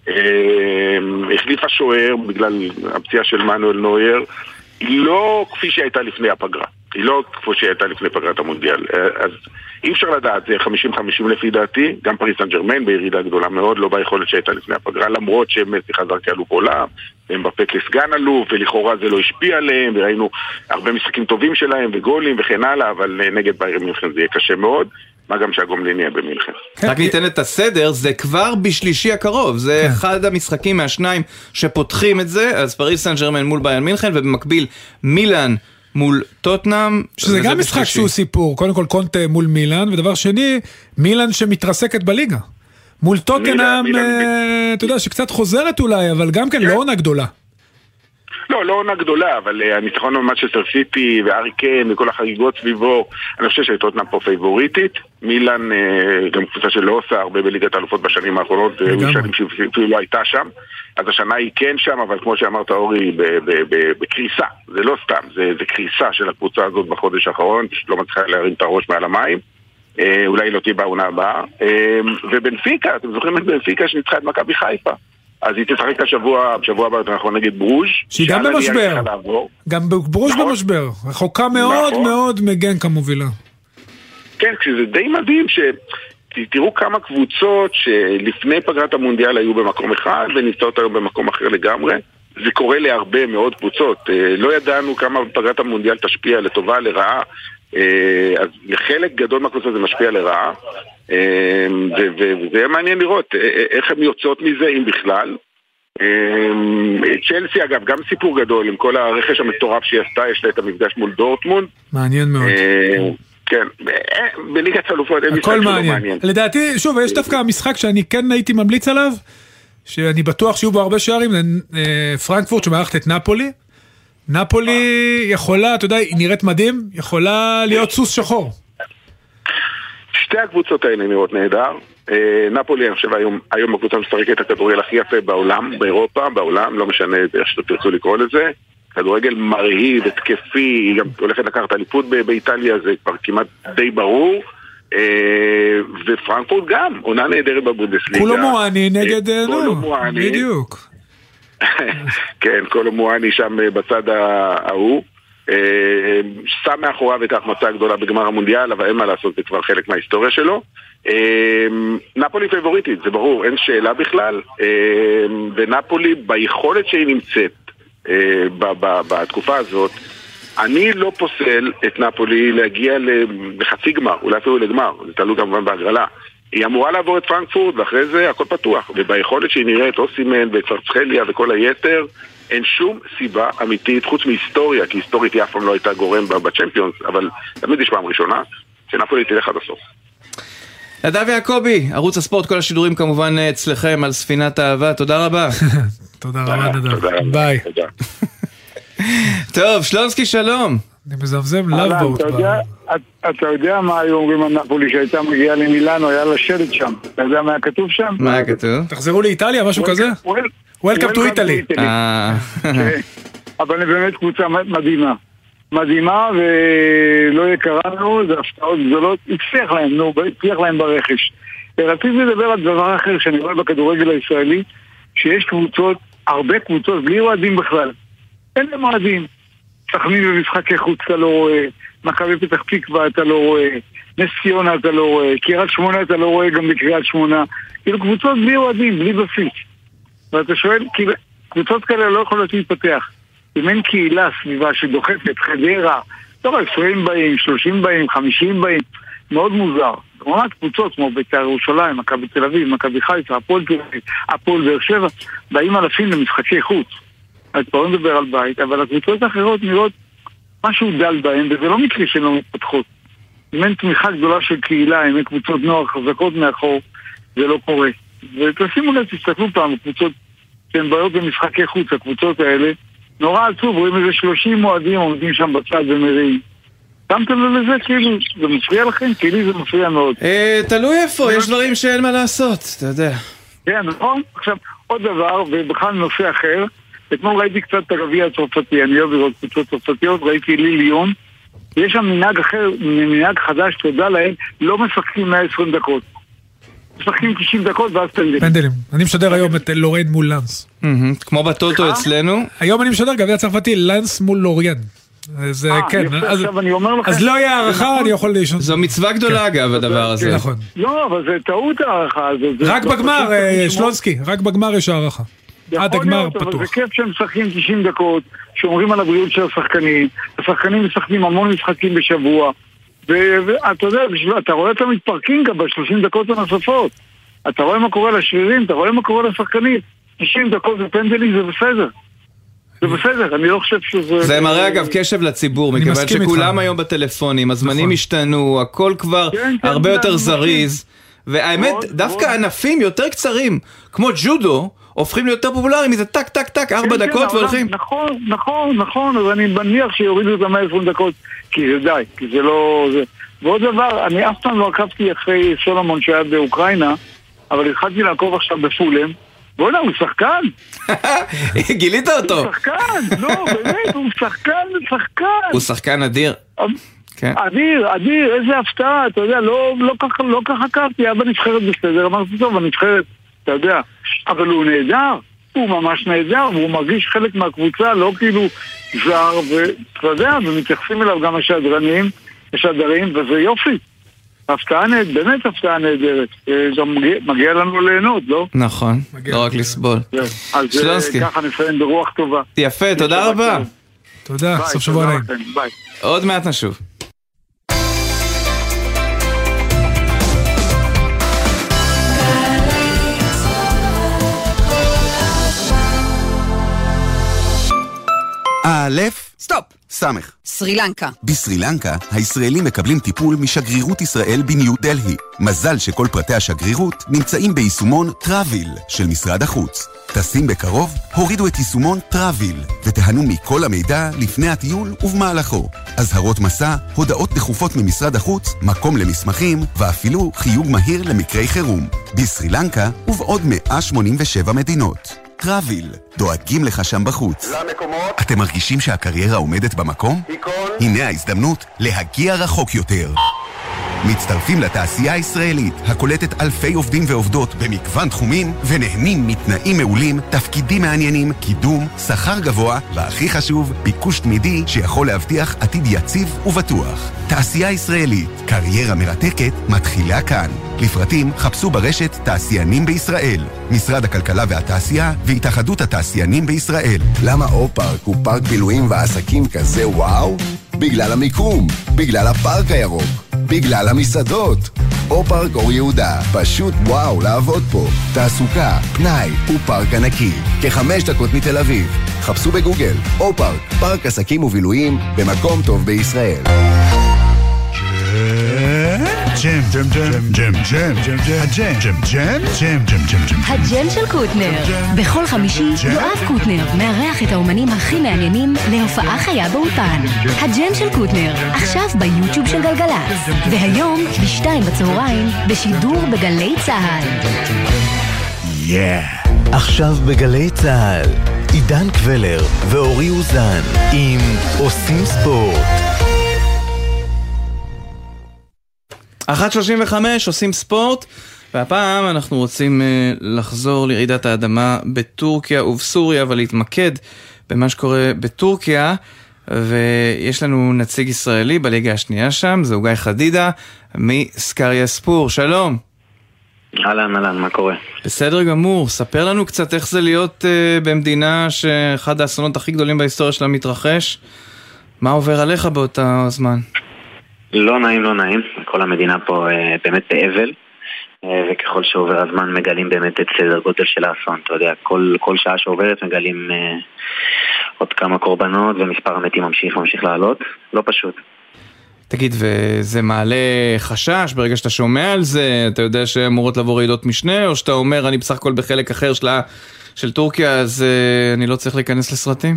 החליפה שוער בגלל הפציעה של מנואל נויר, היא לא כפי שהייתה לפני הפגרה, היא לא כפי שהייתה לפני פגרת המונדיאל, אז אי אפשר לדעת, זה 50-50 לפי דעתי, גם פריז סן ז'רמן בירידה גדולה מאוד, לא ביכולת שהייתה לפני הפגרה, למרות שמסי חזר כאלוף עולם, הם בפק לסגן אלוף, ולכאורה זה לא השפיע עליהם, וראינו הרבה משחקים טובים שלהם, וגולים וכן הלאה, אבל נגד ביירן מינכן זה יהיה קשה מאוד, מה גם שהגומלין יהיה במינכן. רק ניתן את הסדר, זה כבר בשלישי הקרוב, זה אחד המשחקים מהשניים שפותחים את זה, אז פריז סן ז'רמן מול ביירן מינכן, ובמקביל מילאן מול טוטנאם, שזה גם משחק שהוא סיפור, קודם כל קונטה מול מילאן, ודבר שני, מילאן שמתרסקת בליגה. מול טוטנאם, אתה יודע, שקצת חוזרת אולי, אבל גם כן לא עונה גדולה. לא עונה גדולה, אבל הניצחון במנצ'סטר סיטי וארי קיין וכל החגיגות סביבו, אני חושב שטוטנאם פה פייבוריטית. מילאן גם קבוצה שלא עושה הרבה בליגת האלופות בשנים האחרונות, שנים שאפילו לא הייתה שם, אז השנה היא כן שם, אבל כמו שאמרת אורי, בקריסה, זה לא סתם, זה קריסה של הקבוצה הזאת בחודש האחרון, לא מצליחה להרים את הראש מעל המים, אולי לא תהיה בעונה הבאה, ובנפיקה, אתם זוכרים את בנפיקה שניצחה את מכבי חיפה, אז היא תשחק השבוע הבא אנחנו נגד ברוז' שהיא גם במשבר, גם ברוז' במשבר, רחוקה מאוד מאוד מגן כמובילה. כן, כשזה די מדהים תראו כמה קבוצות שלפני פגרת המונדיאל היו במקום אחד ונמצאות היום במקום אחר לגמרי. זה קורה להרבה מאוד קבוצות, לא ידענו כמה פגרת המונדיאל תשפיע לטובה, לרעה, אז לחלק גדול מהקבוצות זה משפיע לרעה, וזה מעניין לראות איך הן יוצאות מזה אם בכלל. צ'לסי אגב גם סיפור גדול עם כל הרכש המטורף שהיא עשתה, יש לה את המפגש מול דורטמונד, מעניין מאוד. כן, בליגת האלופות הכל מעניין. לדעתי, שוב, יש דווקא המשחק שאני כן הייתי ממליץ עליו, שאני בטוח שיהיו בו הרבה שערים, פרנקפורט שמערכת את נפולי. נפולי יכולה, אתה יודע, היא נראית מדהים, יכולה להיות סוס שחור. שתי הקבוצות האלה נראות נהדר. נפולי, אני חושב, היום הקבוצה משחקת הכדורגל הכי יפה בעולם, באירופה, בעולם, לא משנה איך שתרצו לקרוא לזה. כדורגל מרהיב, התקפי, היא גם הולכת לקחת אליפות באיטליה, זה כבר כמעט די ברור, ופרנקפורט גם, עונה נהדרת בבונדסליגה. קולו מואני נגד, בדיוק. כן, קולו מואני שם בצד ההוא, שם מאחוריו את ההחמצה הגדולה בגמר המונדיאל, אבל אין מה לעשות, זה כבר חלק מההיסטוריה שלו. נפולי פייבוריטית, זה ברור, אין שאלה בכלל, ונפולי ביכולת שהיא נמצאת, בתקופה הזאת. אני לא פוסל את נפולי להגיע לחצי גמר, אולי אפילו לגמר, זה תלוי כמובן בהגרלה. היא אמורה לעבור את פרנקפורט, ואחרי זה הכל פתוח. וביכולת שהיא נראית, אוסימן וקוורצחליה וכל היתר, אין שום סיבה אמיתית, חוץ מהיסטוריה, כי היסטורית היא אף פעם לא הייתה גורם בצ'מפיונס, אבל תמיד יש פעם ראשונה, שנפולי תלך עד הסוף. נדב יעקבי, ערוץ הספורט, כל השידורים כמובן אצלכם על ספינת האהבה, תודה רבה. תודה רבה נדב, ביי. טוב, שלונסקי שלום. אני מזבזב לבוט. אתה יודע מה היו אומרים על נפולי שהייתה מגיעה למילאנו, היה לה שלט שם. אתה יודע מה היה כתוב שם? מה היה כתוב? תחזרו לאיטליה, משהו כזה? Welcome to Italy. אבל היא באמת קבוצה מדהימה. מדהימה ולא יקרה לנו, זה הפתעות גדולות. הצליח להם ברכש. רציתי לדבר על דבר אחר שאני רואה בכדורגל הישראלי, שיש קבוצות, הרבה קבוצות, בלי אוהדים בכלל. אין להם אוהדים. סכנין במשחקי חוץ אתה לא רואה, מכבי פתח תקווה אתה לא רואה, נס ציונה אתה לא רואה, קריית שמונה אתה לא רואה גם בקריית שמונה. כאילו קבוצות בלי אוהדים, בלי בסיס. ואתה שואל, קבוצות כאלה לא יכולות להתפתח. אם אין קהילה סביבה שדוחפת, חדרה, לא 20 באים, 30 באים, 50 באים, מאוד מוזר. כמובן קבוצות כמו בית"ר ירושלים, מכבי תל אביב, מכבי חיפה, הפועל באר שבע, באים אלפים למשחקי חוץ. אז כבר לא מדבר על בית, אבל הקבוצות האחרות נראות משהו דל בהם, וזה לא מקרי שהן לא מתפתחות. אם אין תמיכה גדולה של קהילה, אם אין קבוצות נוער חזקות מאחור, זה לא קורה. ותשימו לב, תסתכלו פעם, קבוצות שהן בעיות במשחקי חוץ, הקבוצות האלה, נורא עצוב, רואים איזה 30 מועדים עומדים שם בצד ומריעים. שמתם לו לזה, כאילו, זה מפריע לכם? כאילו זה מפריע מאוד. תלוי איפה, יש דברים שאין מה לעשות, אתה יודע. כן, נכון? עכשיו, עוד דבר, ובכלל נושא אחר, אתמול ראיתי קצת את הגביע הצרפתי, אני אוהב לראות קבוצות צרפתיות, ראיתי ליליון, ויש שם מנהג אחר, מנהג חדש, תודה להם, לא משחקים 120 דקות. משחקים 90 דקות ואז פנדלים. אני משדר היום את לוריין מול לנס. כמו בטוטו אצלנו. היום אני משדר גביע צרפתי, לנס מול לוריין. זה כן, אז לא יהיה הערכה, אני יכול לישון. זו מצווה גדולה אגב הדבר הזה. נכון. לא, אבל זה טעות הערכה. רק בגמר, שלונסקי, רק בגמר יש הערכה. עד הגמר פתוח. זה כיף שהם משחקים 90 דקות, שומרים על הבריאות של השחקנים. השחקנים משחקים המון משחקים בשבוע. ואתה יודע, אתה רואה את המתפרקים גם ב-30 דקות הנוספות. אתה רואה מה קורה לשרירים, אתה רואה מה קורה לשחקנים. 90 דקות ופנדלים זה בסדר. זה בסדר, אני לא חושב שזה... זה מראה אגב קשב לציבור, מכיוון שכולם היום בטלפונים, הזמנים השתנו, הכל כבר הרבה יותר זריז. והאמת, דווקא ענפים יותר קצרים, כמו ג'ודו, הופכים להיות יותר פופולריים, מזה טק טק טק, 4 דקות והולכים. נכון, אז אני מניח שיורידו את 120 דקות, כי זה די, כי זה לא... ועוד דבר, אני אף פעם לא עקבתי אחרי סולומון שהיה באוקראינה, אבל התחלתי לעקוב עכשיו בפולם, בוא'נה, הוא שחקן. גילית אותו. הוא שחקן, לא, באמת, הוא שחקן. הוא שחקן אדיר. אדיר, איזה הפתעה, אתה יודע, לא ככה עקבתי, היה בנבחרת בסדר, אמרתי טוב, בנבחרת, אתה יודע, אבל הוא נהדר, הוא ממש נהדר, והוא מרגיש חלק מהקבוצה, לא כאילו זר, ואתה יודע, ומתייחסים אליו גם השדרים, וזה יופי. הפתעה נהדרת, באמת הפתעה נהדרת. גם מגיע לנו ליהנות, לא? נכון, לא רק לסבול. אז ככה נסיים ברוח טובה. יפה, תודה רבה. תודה, סוף שבוע נעים. ביי. עוד מעט נשוב. סטופ. סמך. סרילנקה. בסרילנקה, הישראלים מקבלים טיפול משגרירות ישראל בניו דלהי. מזל שכל פרטי השגרירות נמצאים ביישומון טראביל של משרד החוץ. טסים בקרוב, הורידו את יישומון טראביל, ותהנו מכל המידע לפני הטיול ובמהלכו. אזהרות מסע, הודעות דחופות ממשרד החוץ, מקום למסמכים, ואפילו חיוג מהיר למקרי חירום. בסרילנקה ובעוד 187 מדינות. טראביל, דואגים לך שם בחוץ. למקומות. אתם מרגישים שהקריירה עומדת במקום? הנה ההזדמנות להגיע רחוק יותר. מצטרפים לתעשייה הישראלית, הקולטת אלפי עובדים ועובדות במגוון תחומים, ונהנים מתנאים מעולים, תפקידים מעניינים, קידום, שכר גבוה, והכי חשוב, ביקוש תמידי שיכול להבטיח עתיד יציב ובטוח. תעשייה ישראלית, קריירה מרתקת, מתחילה כאן. לפרטים חפשו ברשת תעשיינים בישראל, משרד הכלכלה והתעשייה והתאחדות התעשיינים בישראל. למה אופארק הוא פארק בילויים ועסקים כזה וואו? בגלל המיקום, בגלל הפארק הירוק, בגלל המסעדות. אופארק אור יהודה, פשוט וואו לעבוד פה. תעסוקה, פנאי ופארק ענקי, כ5 דקות מתל אביב. חפשו בגוגל, אופארק, פארק עסקים ובילויים במקום טוב בישראל. ג'ם, ג'ם, ג'ם, ג'ם, ג'ם, הג'ם, ג'ם, ג'ם, ג'ם, ג'ם, ג'ם, ג'ם. הג'ם של קוטנר. בכל חמישי יואב קוטנר מארח את האומנים הכי מעניינים להופעה חיה באולפן. הג'ם של קוטנר, עכשיו ביוטיוב של גלגלצ. והיום ב14:00 בשידור בגלי צהל. עכשיו בגלי צהל, עידן קבלר ואורי אוזן עם עושים ספורט. 1:35 עושים ספורט, והפעם אנחנו רוצים לחזור לרעידת האדמה בטורקיה ובסוריה, אבל להתמקד במה שקורה בטורקיה, ויש לנו נציג ישראלי בליגה השנייה שם, זהו גיא חדידה מסקריה ספור. שלום. אהלן, מה קורה? בסדר גמור, ספר לנו קצת איך זה להיות במדינה שאחד האסונות הכי גדולים בהיסטוריה שלה מתרחש. מה עובר עליך באותה זמן? לא נעים, כל המדינה פה באמת באבל, וככל שעובר הזמן מגלים באמת את סדר גודל של האסון. אתה יודע, כל שעה שעוברת מגלים עוד כמה קורבנות, ומספר המתים ממשיך לעלות. לא פשוט. תגיד, וזה מעלה חשש ברגע שאתה שומע על זה? אתה יודע שאמורות לבוא רעידות משנה, או שאתה אומר אני בסך הכל בחלק אחר של טורקיה, אז אני לא צריך להיכנס לסרטים?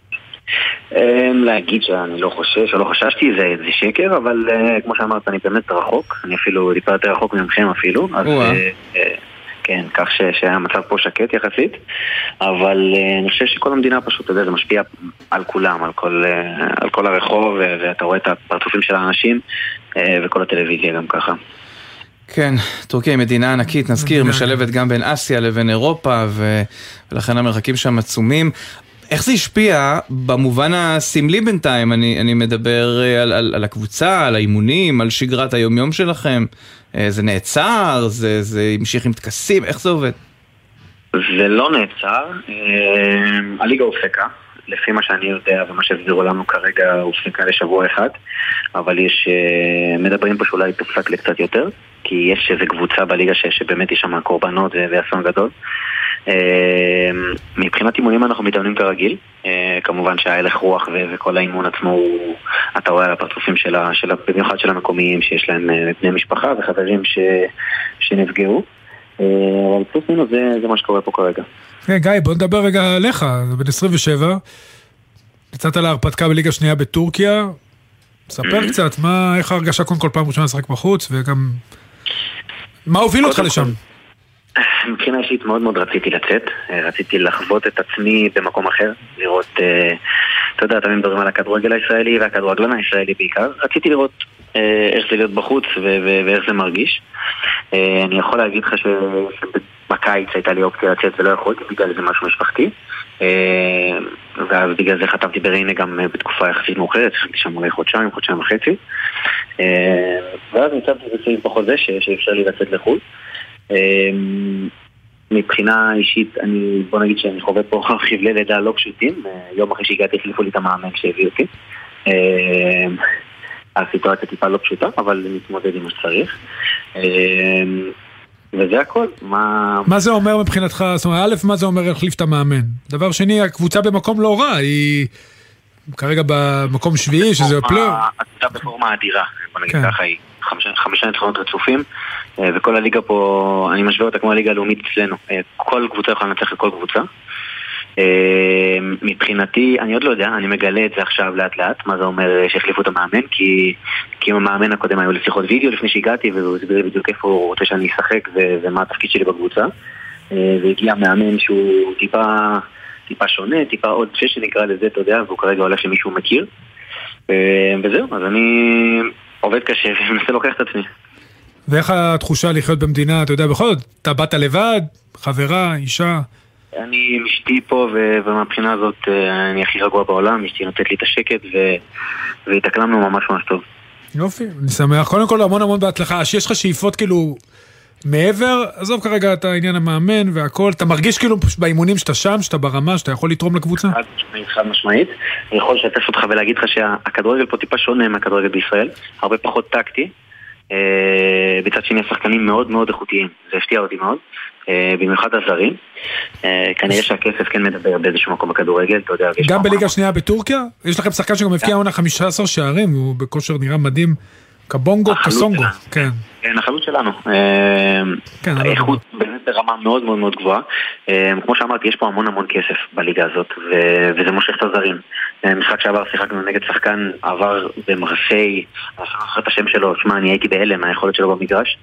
להגיד שאני לא חושש או לא חששתי, זה שקר, אבל כמו שאמרת, אני באמת רחוק, אני אפילו טיפה יותר רחוק ממכם אפילו, אז כן, כך שהמצב פה שקט יחסית, אבל אני חושב שכל המדינה פשוט, אתה יודע, זה משפיע על כולם, על כל הרחוב, ואתה רואה את הפרצופים של האנשים, וכל הטלוויזיה גם ככה. כן, טורקיה היא מדינה ענקית, נזכיר, משלבת גם בין אסיה לבין אירופה, ולכן המרחקים שם עצומים. איך זה השפיע במובן הסמלי בינתיים? אני מדבר על הקבוצה, על האימונים, על שגרת היומיום שלכם. זה נעצר? זה המשיך עם תקסים? איך זה עובד? זה לא נעצר. הליגה הופסקה. לפי מה שאני יודע ומה שהסבירו לנו כרגע הופסקה לשבוע אחד. אבל יש, מדברים פה שאולי תופסק לקצת יותר, כי יש איזו קבוצה בליגה שבאמת יש שם קורבנות ואסון גדול. מבחינת אימונים אנחנו מתאמנים כרגיל, כמובן שההלך רוח וכל האימון עצמו אתה רואה על הפרצופים במיוחד של המקומיים שיש להם בני משפחה וחברים שנפגעו, אבל פלוס מינוס זה מה שקורה פה כרגע. גיא, בוא נדבר רגע עליך, בן 27, יצאת להרפתקה בליגה שנייה בטורקיה, ספר קצת איך ההרגשה כל פעם ראשונה לשחק בחוץ, וגם מה הוביל אותך לשם? מבחינה אישית מאוד מאוד רציתי לצאת, רציתי לחוות את עצמי במקום אחר, לראות, אתה יודע, תמיד מדברים על הכדורגל הישראלי והכדורגלן הישראלי בעיקר, רציתי לראות איך זה להיות בחוץ ואיך זה מרגיש. אני יכול להגיד לך שבקיץ הייתה לי אופציה לצאת ולא יכולתי, בגלל זה משהו משפחתי, ואז בגלל זה חתמתי בריינה גם בתקופה יחסית מאוחרת, חתמתי שם אולי חודשיים וחצי, ואז ניצבתי בסעיף בחוזה שאפשר לי לצאת לחו"ל. מבחינה אישית, בוא נגיד שאני חווה פה חבלי לידה לא פשוטים. יום אחרי שהגעתי החליפו לי את המאמן שהביא אותי. הסיטואציה טיפה לא פשוטה, אבל נתמודד עם מה שצריך. וזה הכל. מה זה אומר מבחינתך? זאת אומרת, א', מה זה אומר להחליף את המאמן? דבר שני, הקבוצה במקום לא רע, היא כרגע במקום שביעי, שזה הפלייאוף. הקבוצה בפורמה אדירה, בוא נגיד ככה, היא 5 ניצחונות רצופים, וכל הליגה פה, אני משווה אותה כמו הליגה הלאומית אצלנו. כל קבוצה יכולה לנצח לכל קבוצה. מבחינתי, אני עוד לא יודע, אני מגלה את זה עכשיו לאט לאט, מה זה אומר שהחליפו את המאמן, כי עם המאמן הקודם היו לשיחות וידאו לפני שהגעתי, והוא הסביר בדיוק איפה הוא רוצה שאני אשחק ומה התפקיד שלי בקבוצה. והגיע מאמן שהוא טיפה שונה, טיפה עוד שנקרא לזה, אתה יודע, והוא כרגע הולך שמישהו מכיר. וזהו, אז אני עובד קשה ומנסה להוכיח את עצמי. ואיך התחושה לחיות במדינה, אתה יודע, בכל זאת, אתה באת לבד, חברה, אישה? אני עם אשתי פה, ומהבחינה הזאת אני הכי רגוע בעולם, אשתי נותנת לי את השקט, והתאקלמנו ממש ממש טוב. יופי, אני שמח. קודם כל, המון המון בהצלחה. שיש לך שאיפות כאילו מעבר, עזוב כרגע את העניין המאמן והכל, אתה מרגיש כאילו באימונים שאתה שם, שאתה ברמה, שאתה יכול לתרום לקבוצה? חד משמעית. אני יכול לשתף אותך ולהגיד לך שהכדורגל פה טיפה שונה מהכדורגל בישראל, הרבה פחות טקטי. בצד שני השחקנים מאוד מאוד איכותיים, זה הפתיע אותי מאוד, במיוחד הזרים. כנראה שהכסף כן מדבר באיזשהו מקום בכדורגל, אתה יודע. גם בליגה שנייה בטורקיה? יש לכם שחקן שגם מבקיע עונה 15 שערים, הוא בכושר נראה מדהים, קבונגו, קסונגו. כן, החלוץ שלנו. האיכות באמת ברמה מאוד מאוד מאוד גבוהה. כמו שאמרתי, יש פה המון המון כסף בליגה הזאת, וזה מושך את הזרים. משחק שעבר שיחקנו נגד שחקן עבר במרסיי, אני לא זוכר את השם שלו, שמה, אני הייתי בהלם מהיכולת שלו במגרש.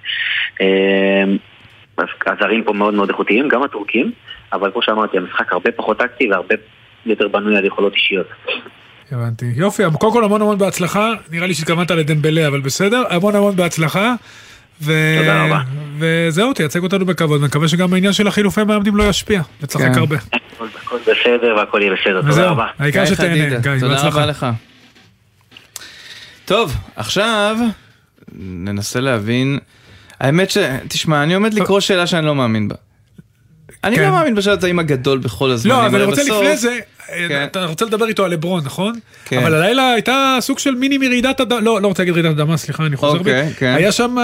הזרים פה מאוד מאוד איכותיים, גם הטורקים, אבל כמו שאמרתי, המשחק הרבה פחות טקטי והרבה יותר בנוי על יכולות אישיות. הבנתי. יופי, קודם כל המון המון בהצלחה, נראה לי שהתכוונת לדמבלה, אבל בסדר, המון המון בהצלחה. תודה רבה. וזהו, תייצג אותנו בכבוד, מקווה שגם העניין של החילופי מאמנים לא ישפיע, וצחק הרבה. הכל בסדר והכל יהיה בסדר, תודה רבה. העיקר שתהנה, גיא, תודה רבה לך. טוב, עכשיו ננסה להבין, האמת תשמע, אני עומד לקרוא שאלה שאני לא מאמין בה. אני לא מאמין בשאלת האם הגדול בכל הזמנים. לא, אבל אני רוצה לפני זה, אתה רוצה לדבר איתו על לברון, נכון? אבל הלילה הייתה סוג של מיני מרעידת אדמה, לא רוצה להגיד רעידת אדמה, סליחה, אני חוזר בי. היה שם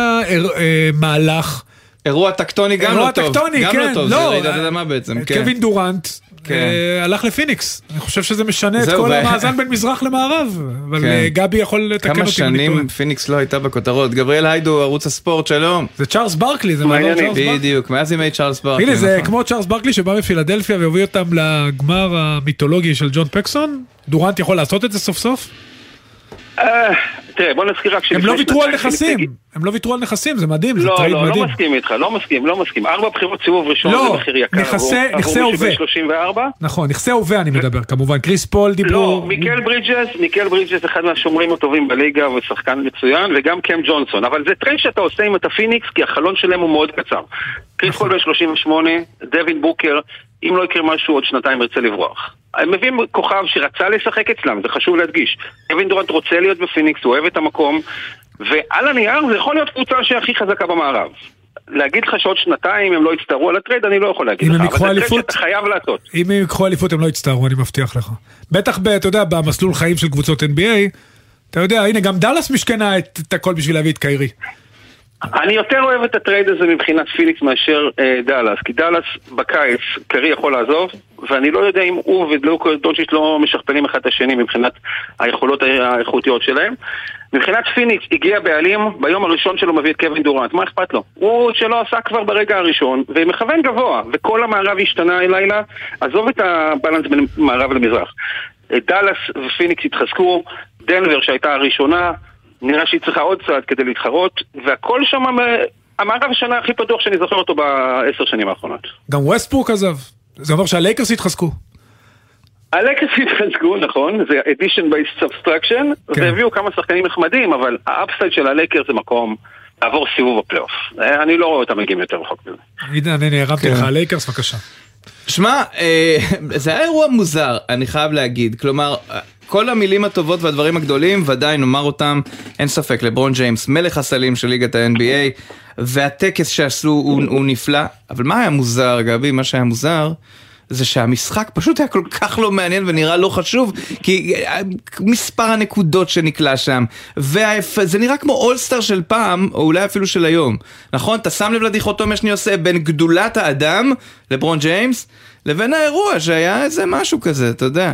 מהלך. אירוע טקטוני גם לא טוב. גם לא טוב, זה רעידת אדמה בעצם. קווין דורנט הלך לפיניקס. אני חושב שזה משנה את כל המאזן בין מזרח למערב. אבל גבי יכול לתקן אותי. כמה שנים פיניקס לא הייתה בכותרות. גבריאל היידו, ערוץ הספורט, שלום. זה צ'ארלס ברקלי, זה מעניין. בדיוק, מאז ימי צ'ארלס ברקלי. הנה, זה כמו צ'ארלס ברקלי שבא מפילדלפיה והביא אותם לגמר המיתולוגי של ג'ון פקסון. דורנט יכול לעשות את זה סוף סוף? תראה, בוא נזכיר רק הם לא ויתרו על נכסים, זה מדהים, זה טרייד מדהים. לא מסכים איתך, לא מסכים. 4 בחירות סיבוב ראשון זה מחיר יקר. לא, נכסי הווה. 34? נכון, נכסי הווה אני מדבר, כמובן. קריס פול דיברו. לא, מיקל ברידג'ס אחד מהשומרים הטובים בליגה ושחקן מצוין, וגם קם ג'ונסון. אבל זה טרייד שאתה עושה עם הפיניקס, כי החלון שלהם הוא מאוד קצר. קריס פול ב-38, דווין בוקר, אם לא יקרה משהו עוד שנתיים ירצה לברוח. הם מביאים כוכב שרצה לשחק אצלם, זה חשוב להדגיש. קווין דורנט רוצה להיות בפיניקס, הוא אוהב את המקום, ועל הנייר זה יכול להיות קבוצה שהכי חזקה במערב. להגיד לך שעוד שנתיים הם לא יצטרו על הטרייד, אני לא יכול להגיד לך, אבל זה טרייד שאתה חייב לעשות. אם הם יקחו אליפות הם לא יצטרו, אני מבטיח לך. בטח, אתה יודע, במסלול חיים של קבוצות NBA, אתה יודע, הנה גם דלס משכנה את הכל בשביל להביא את קיירי. אני יותר אוהב את הטרייד הזה מבחינת פיניקס מאשר דלס, כי דלס בקיץ קרי יכול לעזוב, ואני לא יודע אם הוא ולוקה דונצ'יץ' לא משכפלים אחד את השני מבחינת היכולות האיכותיות שלהם. מבחינת פיניקס הגיע בעלים, ביום הראשון שלו מביא את קווין דורנט, מה אכפת לו? הוא שלא עשה כבר ברגע הראשון, ומכוון גבוה, וכל המערב השתנה הלילה, עזוב את הבלנס בין מערב למזרח. דלס ופיניקס התחזקו, דנבר שהייתה הראשונה, נראה שהיא צריכה עוד צעד כדי להתחרות, והכל שם, המערב השנה הכי פתוח שאני זוכר אותו ב10 שנים האחרונות. גם ווסטברוק עזב, זה אומר שהלייקרס התחזקו. הלייקרס התחזקו, נכון, זה addition by subtraction, והביאו כמה שחקנים נחמדים, אבל האפסייד של הלייקרס זה מקום לעבור סיבוב הפלייאוף. אני לא רואה אותם מגיעים יותר רחוק מזה. הנה, אני הרמתי לך, הלייקרס, בבקשה. שמע, זה היה אירוע מוזר, אני חייב להגיד, כלומר, כל המילים הטובות והדברים הגדולים, ודאי נאמר אותם, אין ספק, לברון ג'יימס, מלך הסלים של ליגת ה-NBA, והטקס שעשו הוא נפלא, אבל מה היה מוזר, גבי? מה שהיה מוזר, זה שהמשחק פשוט היה כל כך לא מעניין ונראה לא חשוב, כי מספר הנקודות שנקלע שם, וזה נראה כמו אולסטאר של פעם, או אולי אפילו של היום. נכון? אתה שם לב לדיכוטומיה שאני עושה בין גדולת האדם, לברון ג'יימס, לבין האירוע שהיה איזה משהו כזה, אתה יודע.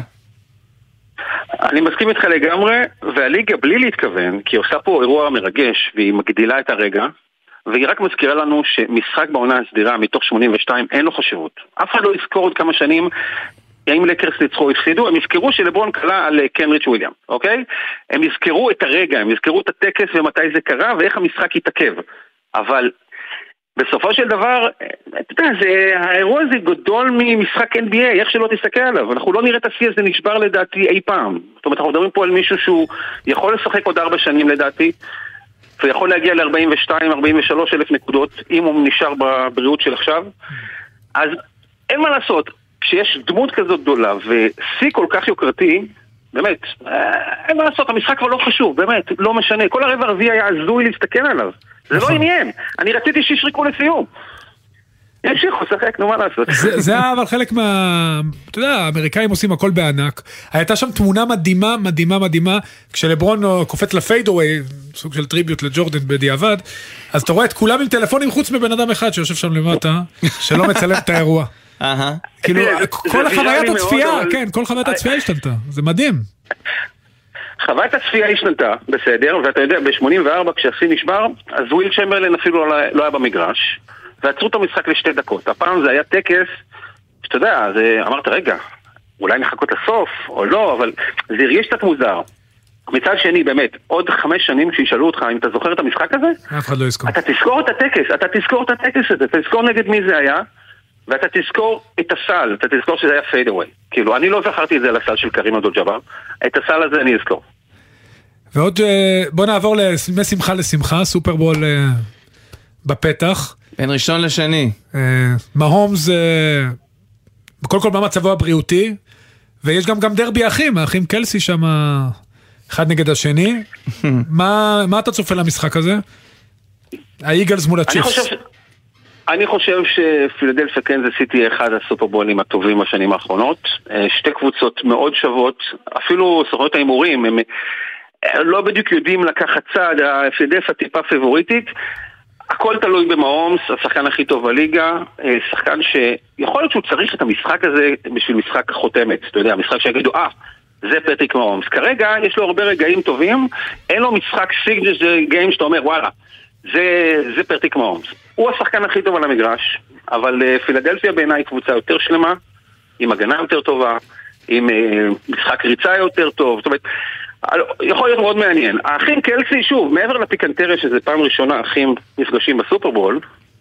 אני מסכים איתך לגמרי, והליגה בלי להתכוון, כי היא עושה פה אירוע מרגש, והיא מגדילה את הרגע, והיא רק מזכירה לנו שמשחק בעונה הסדירה מתוך 82 אין לו חשיבות. אף אחד לא יזכור עוד כמה שנים האם לקרס ניצחו הפסידו, הם יזכרו שלברון קלה על קנריץ' וויליאם, אוקיי? הם יזכרו את הרגע, הם יזכרו את הטקס ומתי זה קרה ואיך המשחק יתעכב. אבל בסופו של דבר, אתה יודע, האירוע הזה גדול ממשחק NBA, איך שלא תסתכל עליו. אנחנו לא נראה את השיא הזה נשבר לדעתי אי פעם. זאת אומרת, אנחנו מדברים פה על מישהו שהוא יכול לשחק עוד 4 שנים לדעתי, ויכול להגיע ל-42-43 אלף נקודות, אם הוא נשאר בבריאות של עכשיו. אז אין מה לעשות, כשיש דמות כזאת גדולה, ושיא כל כך יוקרתי, באמת, אין מה לעשות, המשחק כבר לא חשוב, באמת, לא משנה. כל הרבע הרביעי היה הזוי להסתכל עליו. זה לא עניין. אני רציתי שישריקו לסיום. ימשיכו, שחק, נו מה לעשות. זה אבל חלק אתה יודע, האמריקאים עושים הכל בענק. הייתה שם תמונה מדהימה, כשלברון קופץ לפיידווי, סוג של טריביוט לג'ורדן בדיעבד, אז אתה רואה את כולם עם טלפונים חוץ מבן אדם אחד שיושב שם למטה, שלא מצלם את האירוע. כאילו, כל חוויית הצפייה, כן, כל חוויית הצפייה השתנתה. זה מדהים. חוויית הצפייה השתנתה, בסדר, ואתה יודע, ב-84 כשהשיא נשבר, אז וויל צ'מברלין אפילו לא היה במגרש. ועצרו את המשחק לשתי דקות. הפעם זה היה טקס, שאתה יודע, אמרת, רגע, אולי נחכות לסוף, או לא, אבל זה הרגיש קצת מוזר. מצד שני, באמת, עוד 5 שנים כשישאלו אותך, אם אתה זוכר את המשחק הזה, אף אחד לא יזכור. אתה תזכור את הטקס הזה, אתה תזכור נגד מי זה היה, ואתה תזכור את הסל, אתה תזכור שזה היה פיידאווי. כאילו, אני לא זכרתי את זה לסל של קרים אבדול-ג'אבר, את הסל הזה אני אזכור. ועוד, בוא נעבור משמחה לשמחה, סופרבול בפתח. בין ראשון לשני. מהומס, בכל כל מה מצבו הבריאותי, ויש גם דרבי אחים, האחים קלסי שם, אחד נגד השני. מה אתה צופה למשחק הזה? האיגלס מול הצ'יפס. אני חושב שפילדלפיה קנזס סיטי אחד הסופרבולים הטובים בשנים האחרונות. שתי קבוצות מאוד שוות, אפילו סוכנויות ההימורים, הם לא בדיוק יודעים לקחת צעד, פילדלפיה טיפה פבוריטית, הכל תלוי במהומס, השחקן הכי טוב בליגה, שחקן שיכול להיות שהוא צריך את המשחק הזה בשביל משחק חותמת, אתה יודע, משחק שיגידו, זה פטריק מהומס. כרגע יש לו הרבה רגעים טובים, אין לו משחק סיגנצ'ר גיים שאתה אומר, וואלה, זה פטריק מהומס. הוא השחקן הכי טוב על המגרש, אבל פילדלפיה בעיניי קבוצה יותר שלמה, עם הגנה יותר טובה, עם משחק ריצה יותר טוב, זאת אומרת, יכול להיות מאוד מעניין. האחים קלסי, שוב, מעבר לפיקנטריה שזה פעם ראשונה אחים נפגשים בסופרבול,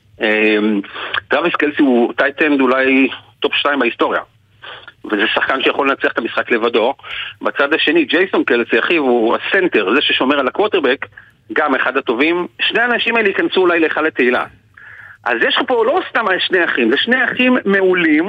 טראביס קלסי הוא טייטנד אולי טופ 2 בהיסטוריה, וזה שחקן שיכול לנצח את המשחק לבדו. בצד השני, ג'ייסון קלסי, אחיו, הוא הסנטר, זה ששומר על הקווטרבק, גם אחד הטובים. שני האנשים האלה ייכנסו אולי להיכל התהילה. אז יש לך פה לא סתם שני אחים, זה שני אחים מעולים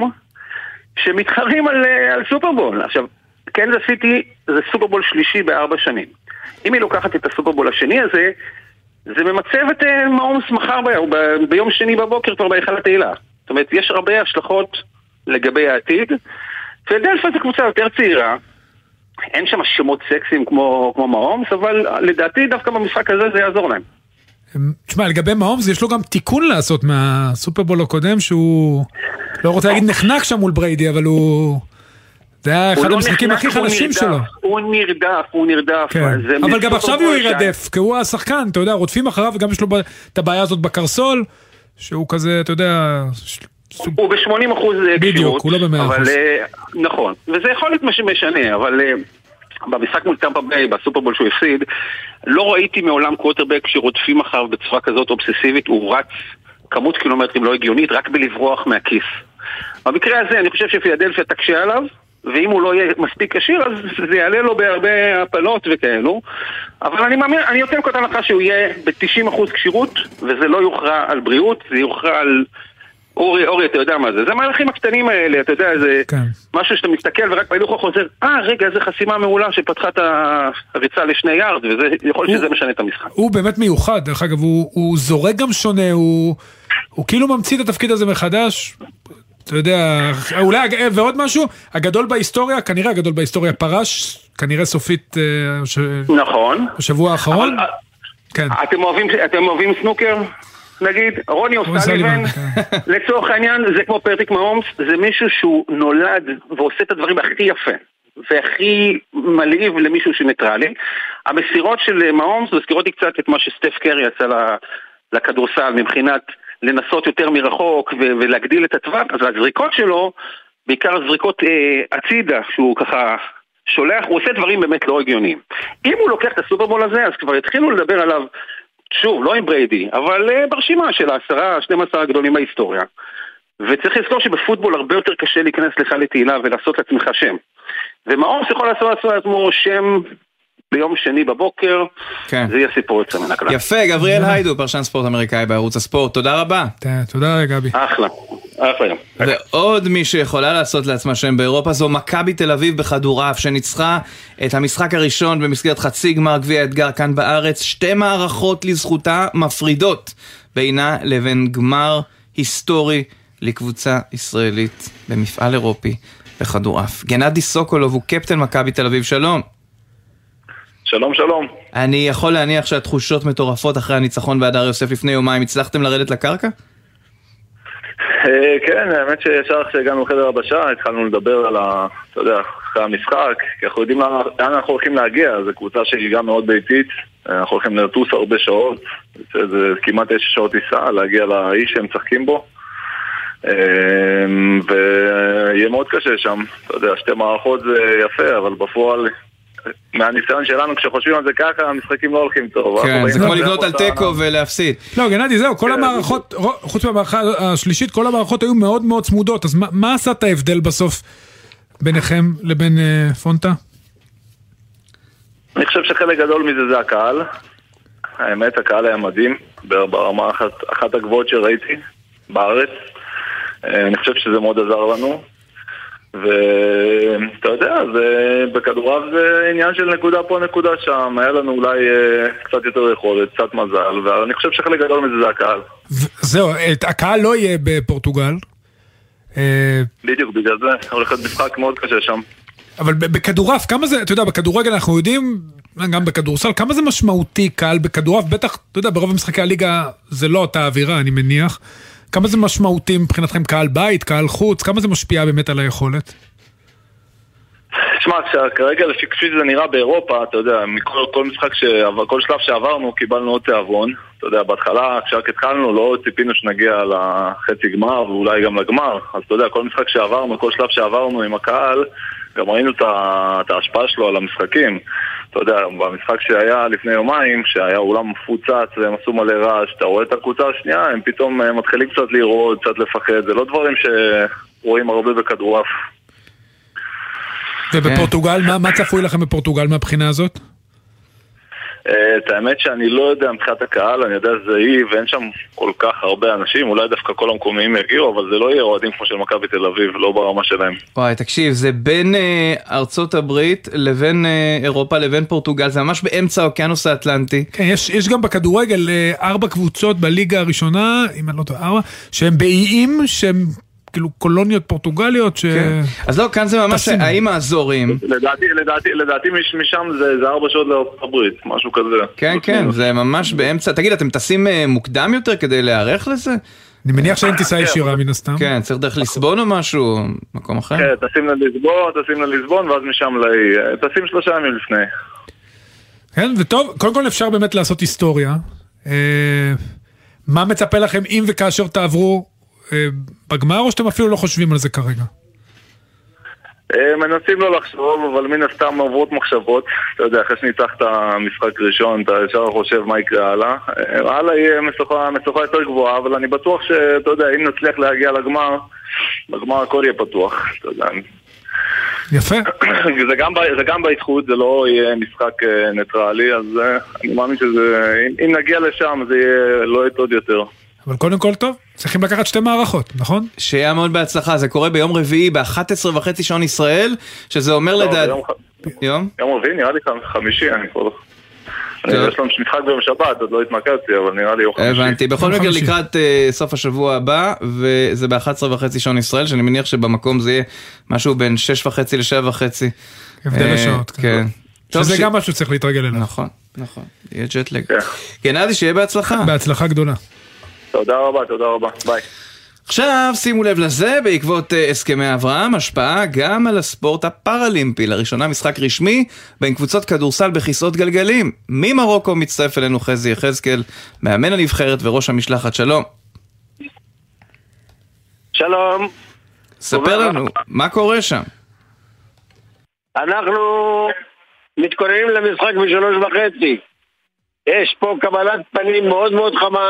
שמתחרים על סופרבול. עכשיו, קנזס סיטי זה סופרבול שלישי ב4 שנים. אם היא לוקחת את הסופרבול השני הזה, זה ממצב את מהומס מחר ביום שני בבוקר כבר בהיכל התהילה. זאת אומרת, יש הרבה השלכות לגבי העתיד. פילדלפיה זה קבוצה יותר צעירה, אין שם שמות סקסיים כמו מהומס, אבל לדעתי דווקא במשחק הזה זה יעזור להם. תשמע, לגבי מהומס יש לו גם תיקון לעשות מהסופרבול הקודם, שהוא לא רוצה להגיד נחנק שם מול בריידי, אבל זה היה אחד המשחקים הכי חלשים שלו. הוא נרדף. אבל גם עכשיו הוא ירדף, כי הוא השחקן, אתה יודע, רודפים אחריו, וגם יש לו את הבעיה הזאת בקרסול, שהוא כזה, אתה יודע, הוא ב-80% בדיוק, הוא לא ב-100%. נכון, וזה יכול להיות משנה, אבל במשחק מול טמפה ביי, בסופרבול שהוא הפסיד, לא ראיתי מעולם קווטרבק שרודפים אחריו בצורה כזאת אובססיבית, הוא רץ כמות קילומטרים לא הגיונית, רק בלברוח מהכיס. במקרה הזה אני חושב שפילדלפיה תקשה עליו, ואם הוא לא יהיה מספיק קשיר, אז זה יעלה לו בהרבה הפלות וכאלו. אבל אני יותר קודם לך שהוא יהיה ב-90% קשירות, וזה לא יוכרע על בריאות, זה יוכרע על אורי, אתה יודע מה זה? זה המהלכים הקטנים האלה, אתה יודע, זה משהו שאתה מסתכל ורק בהילוך חוזר, רגע, זה חסימה מעולה שפתחה את הריצה ל2 יארד, וזה יכול שזה משנה את המשחק. הוא באמת מיוחד, דרך אגב, הוא זורק גם שונה, הוא כאילו ממציא את התפקיד הזה מחדש, אתה יודע, אולי, ועוד משהו, הגדול בהיסטוריה, כנראה הגדול בהיסטוריה פרש, כנראה סופית נכון. בשבוע האחרון. כן. אתם אוהבים סנוקר? נגיד, רוני אוסטליבן, לצורך העניין, זה כמו פטריק מהומס, זה מישהו שהוא נולד ועושה את הדברים הכי יפה, והכי מלהיב למישהו שניטרלי. המסירות של מהומס מזכירות לי קצת את מה שסטף קרי יצא לכדורסל, מבחינת לנסות יותר מרחוק ולהגדיל את הטווח. אז הזריקות שלו, בעיקר הזריקות הצידה, שהוא ככה שולח, הוא עושה דברים באמת לא הגיוניים. אם הוא לוקח את הסופרבול הזה, אז כבר התחילו לדבר עליו, שוב, לא עם בריידי, אבל ברשימה של 10-12 הגדולים בהיסטוריה. וצריך לזכור שבפוטבול הרבה יותר קשה להיכנס לך לתהילה ולעשות לעצמך שם. ומהומס יכול לעשות לעצמו שם ביום שני בבוקר, זה יהיה סיפור יוצא מן הכלל. יפה, גבריאל היידו, פרשן ספורט אמריקאי בערוץ הספורט, תודה רבה. תודה גבי. אחלה. ועוד מי שיכולה לעשות לעצמה שם באירופה זו מכבי תל אביב בכדורעף, שניצחה את המשחק הראשון במסגרת חצי גמר גביע האתגר כאן בארץ, 2 מערכות לזכותה מפרידות בינה לבין גמר היסטורי לקבוצה ישראלית במפעל אירופי בכדורעף. גנדי סוקולוב הוא קפטן מכבי תל אביב, שלום. שלום, שלום. אני יכול להניח שהתחושות מטורפות אחרי הניצחון בהדר יוסף לפני יומיים. הצלחתם לרדת לקרקע? כן, האמת שישר כשהגענו לחדר הבשה התחלנו לדבר על אתה יודע, אחרי המשחק, כי אנחנו יודעים לאן אנחנו הולכים להגיע. זו קבוצה שהיא גם מאוד ביתית, אנחנו הולכים לטוס הרבה שעות, זה כמעט 9 שעות טיסה להגיע לאיש שהם משחקים בו, ויהיה מאוד קשה שם. אתה יודע, 2 מערכות זה יפה, אבל בפועל מהניסיון שלנו, כשחושבים על זה ככה, המשחקים לא הולכים טוב. כן, זה כמו לבנות על טקו ולהפסיד. לא, גנדי, זהו, כל המערכות, חוץ מהמערכה השלישית, כל המערכות היו מאוד מאוד צמודות, אז מה עשה את ההבדל בסוף ביניכם לבין פונטה? אני חושב שחלק גדול מזה זה הקהל. האמת, הקהל היה מדהים, ברמה אחת הגבוהות שראיתי בארץ. אני חושב שזה מאוד עזר לנו. ואתה יודע, בכדורעף זה עניין של נקודה פה נקודה שם. היה לנו אולי קצת יותר יכולת, קצת מזל, ואני חושב שחלק גדול מזה זה הקהל. זהו, הקהל לא יהיה בפורטוגל. בדיוק, בגלל זה הולך להיות משחק מאוד קשה שם. אבל בכדורעף, כמה זה, אתה יודע, בכדורגל אנחנו יודעים, גם בכדורסל, כמה זה משמעותי קהל בכדורעף? בטח, אתה יודע, ברוב המשחקי הליגה זה לא אותה אווירה, אני מניח. כמה זה משמעותי מבחינתכם קהל בית, קהל חוץ? כמה זה משפיע באמת על היכולת? תשמע, כרגע לפי כפי זה נראה באירופה, אתה יודע, כל משחק, כל שלב שעברנו קיבלנו עוד תיאבון. אתה יודע, בהתחלה, כשרק התחלנו, לא ציפינו שנגיע לחצי גמר ואולי גם לגמר. אז אתה יודע, כל משחק שעברנו, כל שלב שעברנו עם הקהל, גם ראינו את ההשפעה שלו על המשחקים. אתה יודע, במשחק שהיה לפני יומיים, שהיה אולם מפוצץ והם עשו מלא רעש, אתה רואה את הקבוצה השנייה, הם פתאום מתחילים קצת לראות, קצת לפחד. זה לא דברים שרואים הרבה בכדורעף. ובפורטוגל, מה צפוי לכם בפורטוגל מהבחינה הזאת? את האמת שאני לא יודע מבחינת הקהל, אני יודע שזה היא ואין שם כל כך הרבה אנשים, אולי דווקא כל המקומיים יגיעו, אבל זה לא יהיה אוהדים כמו של מכבי תל אביב, לא ברמה שלהם. וואי, תקשיב, זה בין ארצות הברית לבין אירופה לבין פורטוגל, זה ממש באמצע האוקיינוס האטלנטי. כן, יש גם בכדורגל 4 קבוצות בליגה הראשונה, אם אני לא טועה, 4, שהם באיים, שהם כאילו קולוניות פורטוגליות אז לא, כאן זה ממש האם האזורים. לדעתי משם זה 4 שעות לארצות הברית, משהו כזה. כן, כן, זה ממש באמצע. תגיד, אתם טסים מוקדם יותר כדי להיערך לזה? אני מניח שאין טיסה ישירה מן הסתם. כן, צריך דרך ליסבון או משהו, מקום אחר? כן, טסים לליסבון ואז משם טסים 3 ימים לפני. כן, וטוב, קודם כל אפשר באמת לעשות היסטוריה. מה מצפה לכם אם וכאשר תעברו בגמר, או שאתם אפילו לא חושבים על זה כרגע? מנסים לא לחשוב, אבל מן הסתם עוברות מחשבות. אתה יודע, אחרי שניצח את המשחק ראשון, אתה ישר חושב מה יקרה הלאה. הלאה יהיה משוכה יותר גבוהה, אבל אני בטוח שאתה יודע, אם נצליח להגיע לגמר, בגמר הכל יהיה פתוח. אתה יודע. יפה. זה גם בהתחוט, זה לא יהיה משחק ניטרלי, אז אני מאמין שזה, אם נגיע לשם, זה יהיה לא יהיה עוד יותר. אבל קודם כל טוב, צריכים לקחת 2 מערכות, נכון? שיהיה מאוד בהצלחה, זה קורה ביום רביעי ב-11:30 שעון ישראל, שזה אומר לדעת... יום רביעי נראה לי חמישי, אני כבר... יש לנו משחק ביום שבת, עוד לא התמקדתי, אבל נראה לי יום חמישי. הבנתי, בכל מקרה לקראת סוף השבוע הבא, וזה ב-11:30 שעון ישראל, שאני מניח שבמקום זה יהיה משהו בין 6:30 ל-7:30. הבדל השעות. כן. שזה גם משהו שצריך להתרגל אליו. נכון, נכון. יהיה ג'טלג. גנדי, שיהיה בהצלחה. בהצלחה גדולה. תודה רבה, ביי. עכשיו שימו לב לזה, בעקבות הסכמי אברהם, השפעה גם על הספורט הפראלימפי. לראשונה משחק רשמי בין קבוצות כדורסל בכיסאות גלגלים. ממרוקו מצטרף אלינו חזי יחזקאל, מאמן הנבחרת וראש המשלחת. שלום. שלום. ספר לנו, מה קורה שם? אנחנו מתכוננים למשחק ב3:30. יש פה קבלת פנים מאוד מאוד חמה.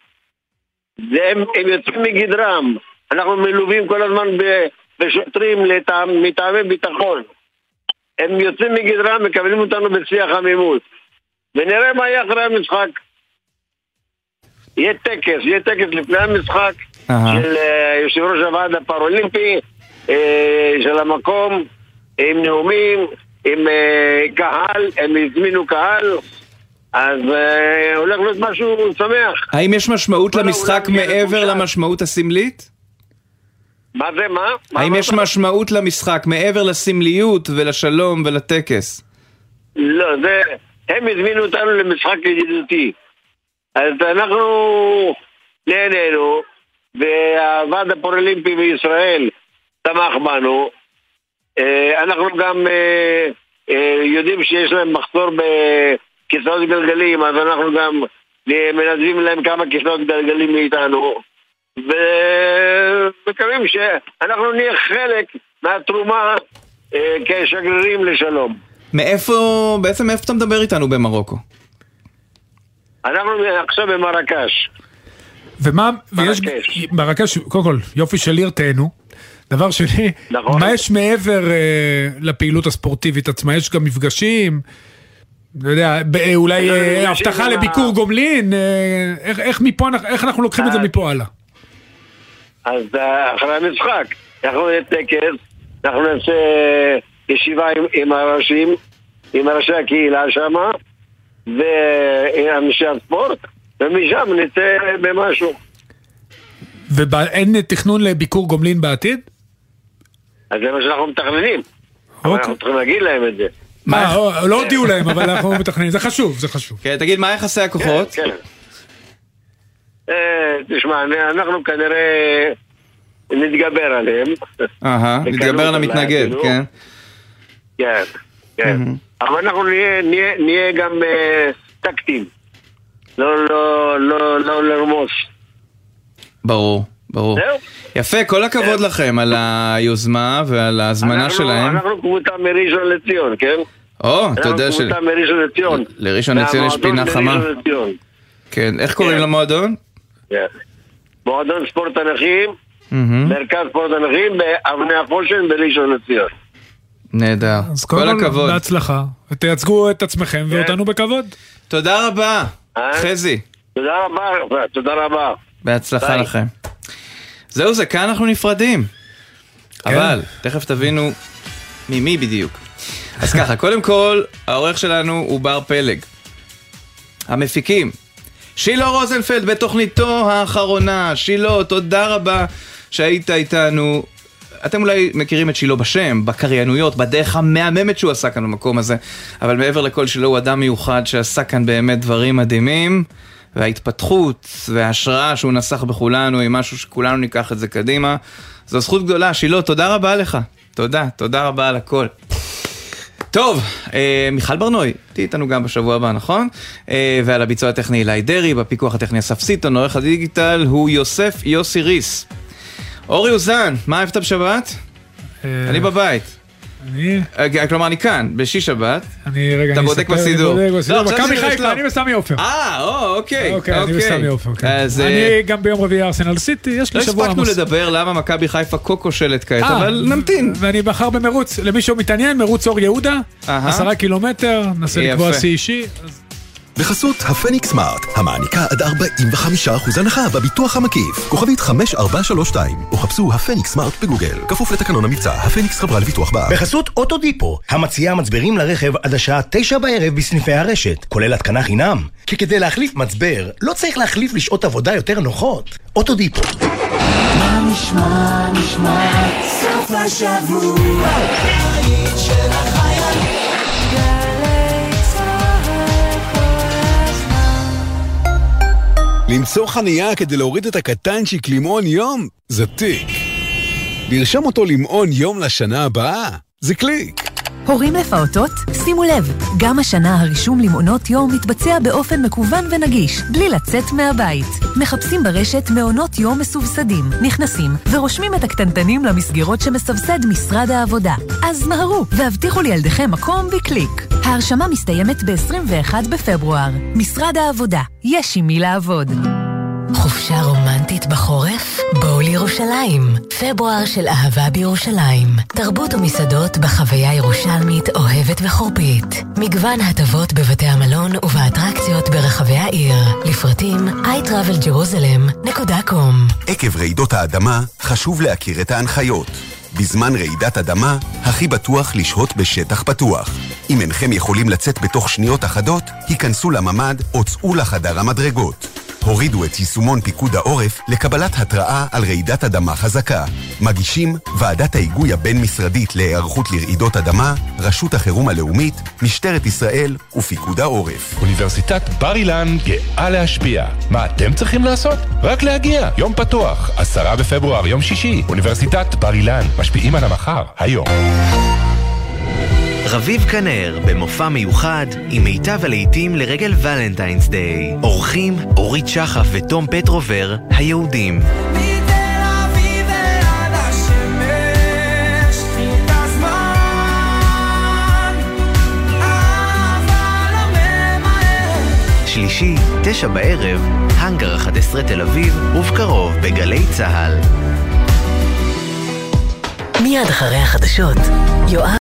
הם יוצאים מגדרם. אנחנו מלווים כל הזמן בשוטרים מטעמי ביטחון. הם יוצאים מגדרם, מקבלים אותנו בשיא החמימות. ונראה מה יהיה אחרי המשחק. יהיה טקס לפני המשחק של יושב ראש הוועד הפראולימפי של המקום, עם נאומים, עם קהל, הם הזמינו קהל, אז הולך להיות משהו שמח. האם יש משמעות למשחק מעבר למשמעות הסמלית? מה זה, מה? האם יש משמעות למשחק מעבר לסמליות ולשלום ולטקס? לא, הם הזמינו אותנו למשחק ידידותי. אז אנחנו נהנינו, והוועד הפראולימפי בישראל תמך בנו. אנחנו גם יודעים שיש להם מחסור בכיסאות גלגלים, אז אנחנו גם מנדבים להם כמה כיסאות גלגלים מאיתנו, ומקווים שאנחנו נהיה חלק מהתרומה כשגרירים לשלום. בעצם מאיפה אתה מדבר איתנו במרוקו? אנחנו עכשיו במרקש. ומה, ויש מרקש, קודם כל, יופי של עיר תהנו. דבר שני, נכון. מה יש מעבר לפעילות הספורטיבית עצמה? יש גם מפגשים, לא יודע, אולי הבטחה לביקור גומלין, איך אנחנו לוקחים את זה מפה הלאה? אז אחרי המשחק, אנחנו נטקס, אנחנו נעשה ישיבה עם הראשים, עם ראשי הקהילה שם, ואנשי הספורט, ומשם נצא במשהו. ואין תכנון לביקור גומלין בעתיד? אז זה מה שאנחנו מתכננים. אבל אנחנו צריכים להגיד להם את זה. לא הודיעו להם, אבל אנחנו מתכננים. זה חשוב, זה חשוב. תגיד, מה יחסי הכוחות? כן. תשמע, אנחנו כנראה נתגבר עליהם. נתגבר על המתנגד, כן. כן, כן. אבל אנחנו נהיה גם טקטים. לא לרמוס. ברור. יפה, כל הכבוד לכם על היוזמה ועל ההזמנה שלהם. אנחנו קבוצה מראשון לציון, כן? אתה יודע אנחנו קבוצה מראשון לציון. לראשון לציון יש פינה חמה. כן, איך קוראים למועדון? מועדון ספורט הנכים, מרכז ספורט הנכים באבני הפושן בראשון לציון. נהדר, כל הכבוד. בהצלחה, ותייצגו את עצמכם ואותנו בכבוד. תודה רבה, חזי. תודה רבה. בהצלחה לכם. זהו זה, כאן אנחנו נפרדים. אבל, תכף תבינו ממי בדיוק. אז ככה, קודם כל, העורך שלנו הוא בר פלג. המפיקים, שילה רוזנפלד בתוכניתו האחרונה. שילה, תודה רבה שהיית איתנו. אתם אולי מכירים את שילה בשם, בקריינויות, בדרך המהממת שהוא עשה כאן במקום הזה. אבל מעבר לכל, שילה הוא אדם מיוחד שעשה כאן באמת דברים מדהימים. וההתפתחות וההשראה שהוא נסח בכולנו היא משהו שכולנו ניקח את זה קדימה. זו זכות גדולה. שילה, תודה רבה לך. תודה רבה על הכל. טוב, מיכל ברנוי, תהיי איתנו גם בשבוע הבא, נכון? ועל הביצוע הטכני אילי דרי, בפיקוח הטכני אסף סיטון, עורך הדיגיטל הוא יוסף יוסי ריס. אורי אוזן, מה אהבת בשבת? אני בבית. כלומר, אני כאן, בשישי שבת. אתה בודק בסידור. מכבי חיפה, אני בסמי עופר. אוקיי. אני בסמי עופר. אני גם ביום רביעי ארסנל סיטי, יש לי שבוע עמוס. לא הספקנו לדבר למה מכבי חיפה כה כושלת כעת, אבל נמתין. ואני בחר במרוץ, למי שמתעניין, מרוץ אור יהודה, 10 קילומטר, נסה לקבוע שיא אישי. בחסות הפניקס סמארט, המעניקה עד 45% הנחה בביטוח המקיף. כוכבית 5432, או חפשו הפניקס סמארט בגוגל. כפוף לתקנון המבצע, הפניקס חברה לביטוח בע"מ. בחסות אוטודיפו, המציעה מצברים לרכב עד השעה 9 בערב בסניפי הרשת, כולל התקנה חינם. כי כדי להחליף מצבר, לא צריך להחליף לשעות עבודה יותר נוחות. אוטודיפו. מה נשמע, סוף השבוע, היית של החיילים. למצוא חנייה כדי להוריד את הקטנצ'יק למעון יום? זה טיק. לרשום אותו למעון יום לשנה הבאה? זה קליק. הורים לפעוטות? שימו לב, גם השנה הרישום למעונות יום מתבצע באופן מקוון ונגיש, בלי לצאת מהבית. מחפשים ברשת מעונות יום מסובסדים, נכנסים ורושמים את הקטנטנים למסגרות שמסבסד משרד העבודה. אז מהרו והבטיחו לילדיכם מקום בקליק. ההרשמה מסתיימת ב-21 בפברואר. משרד העבודה, יש עם מי לעבוד. חופשה רומנטית בחורף? בואו לירושלים. פברואר של אהבה בירושלים. תרבות ומסעדות בחוויה ירושלמית אוהבת וחורפית. מגוון הטבות בבתי המלון ובאטרקציות ברחבי העיר. לפרטים iTravelJerusalem.com. עקב רעידות האדמה חשוב להכיר את ההנחיות. בזמן רעידת אדמה, הכי בטוח לשהות בשטח פתוח. אם אינכם יכולים לצאת בתוך שניות אחדות, היכנסו לממד או צאו לחדר המדרגות. הורידו את יישומון פיקוד העורף לקבלת התראה על רעידת אדמה חזקה. מגישים ועדת ההיגוי הבין-משרדית להיערכות לרעידות אדמה, רשות החירום הלאומית, משטרת ישראל ופיקוד העורף. אוניברסיטת בר אילן גאה להשפיע. מה אתם צריכים לעשות? רק להגיע. יום פתוח, 10 בפברואר, יום שישי. אוניברסיטת בר אילן, משפיעים על המחר, היום. רביב כנר במופע מיוחד עם מיטב הלהיטים לרגל ולנטיינס דיי. אורחים אורית שחף ותום פטרובר, היהודים. שלישי, 9 בערב, הנגר 11 תל אביב, ובקרוב בגלי צהל. מיד אחרי החדשות, יואב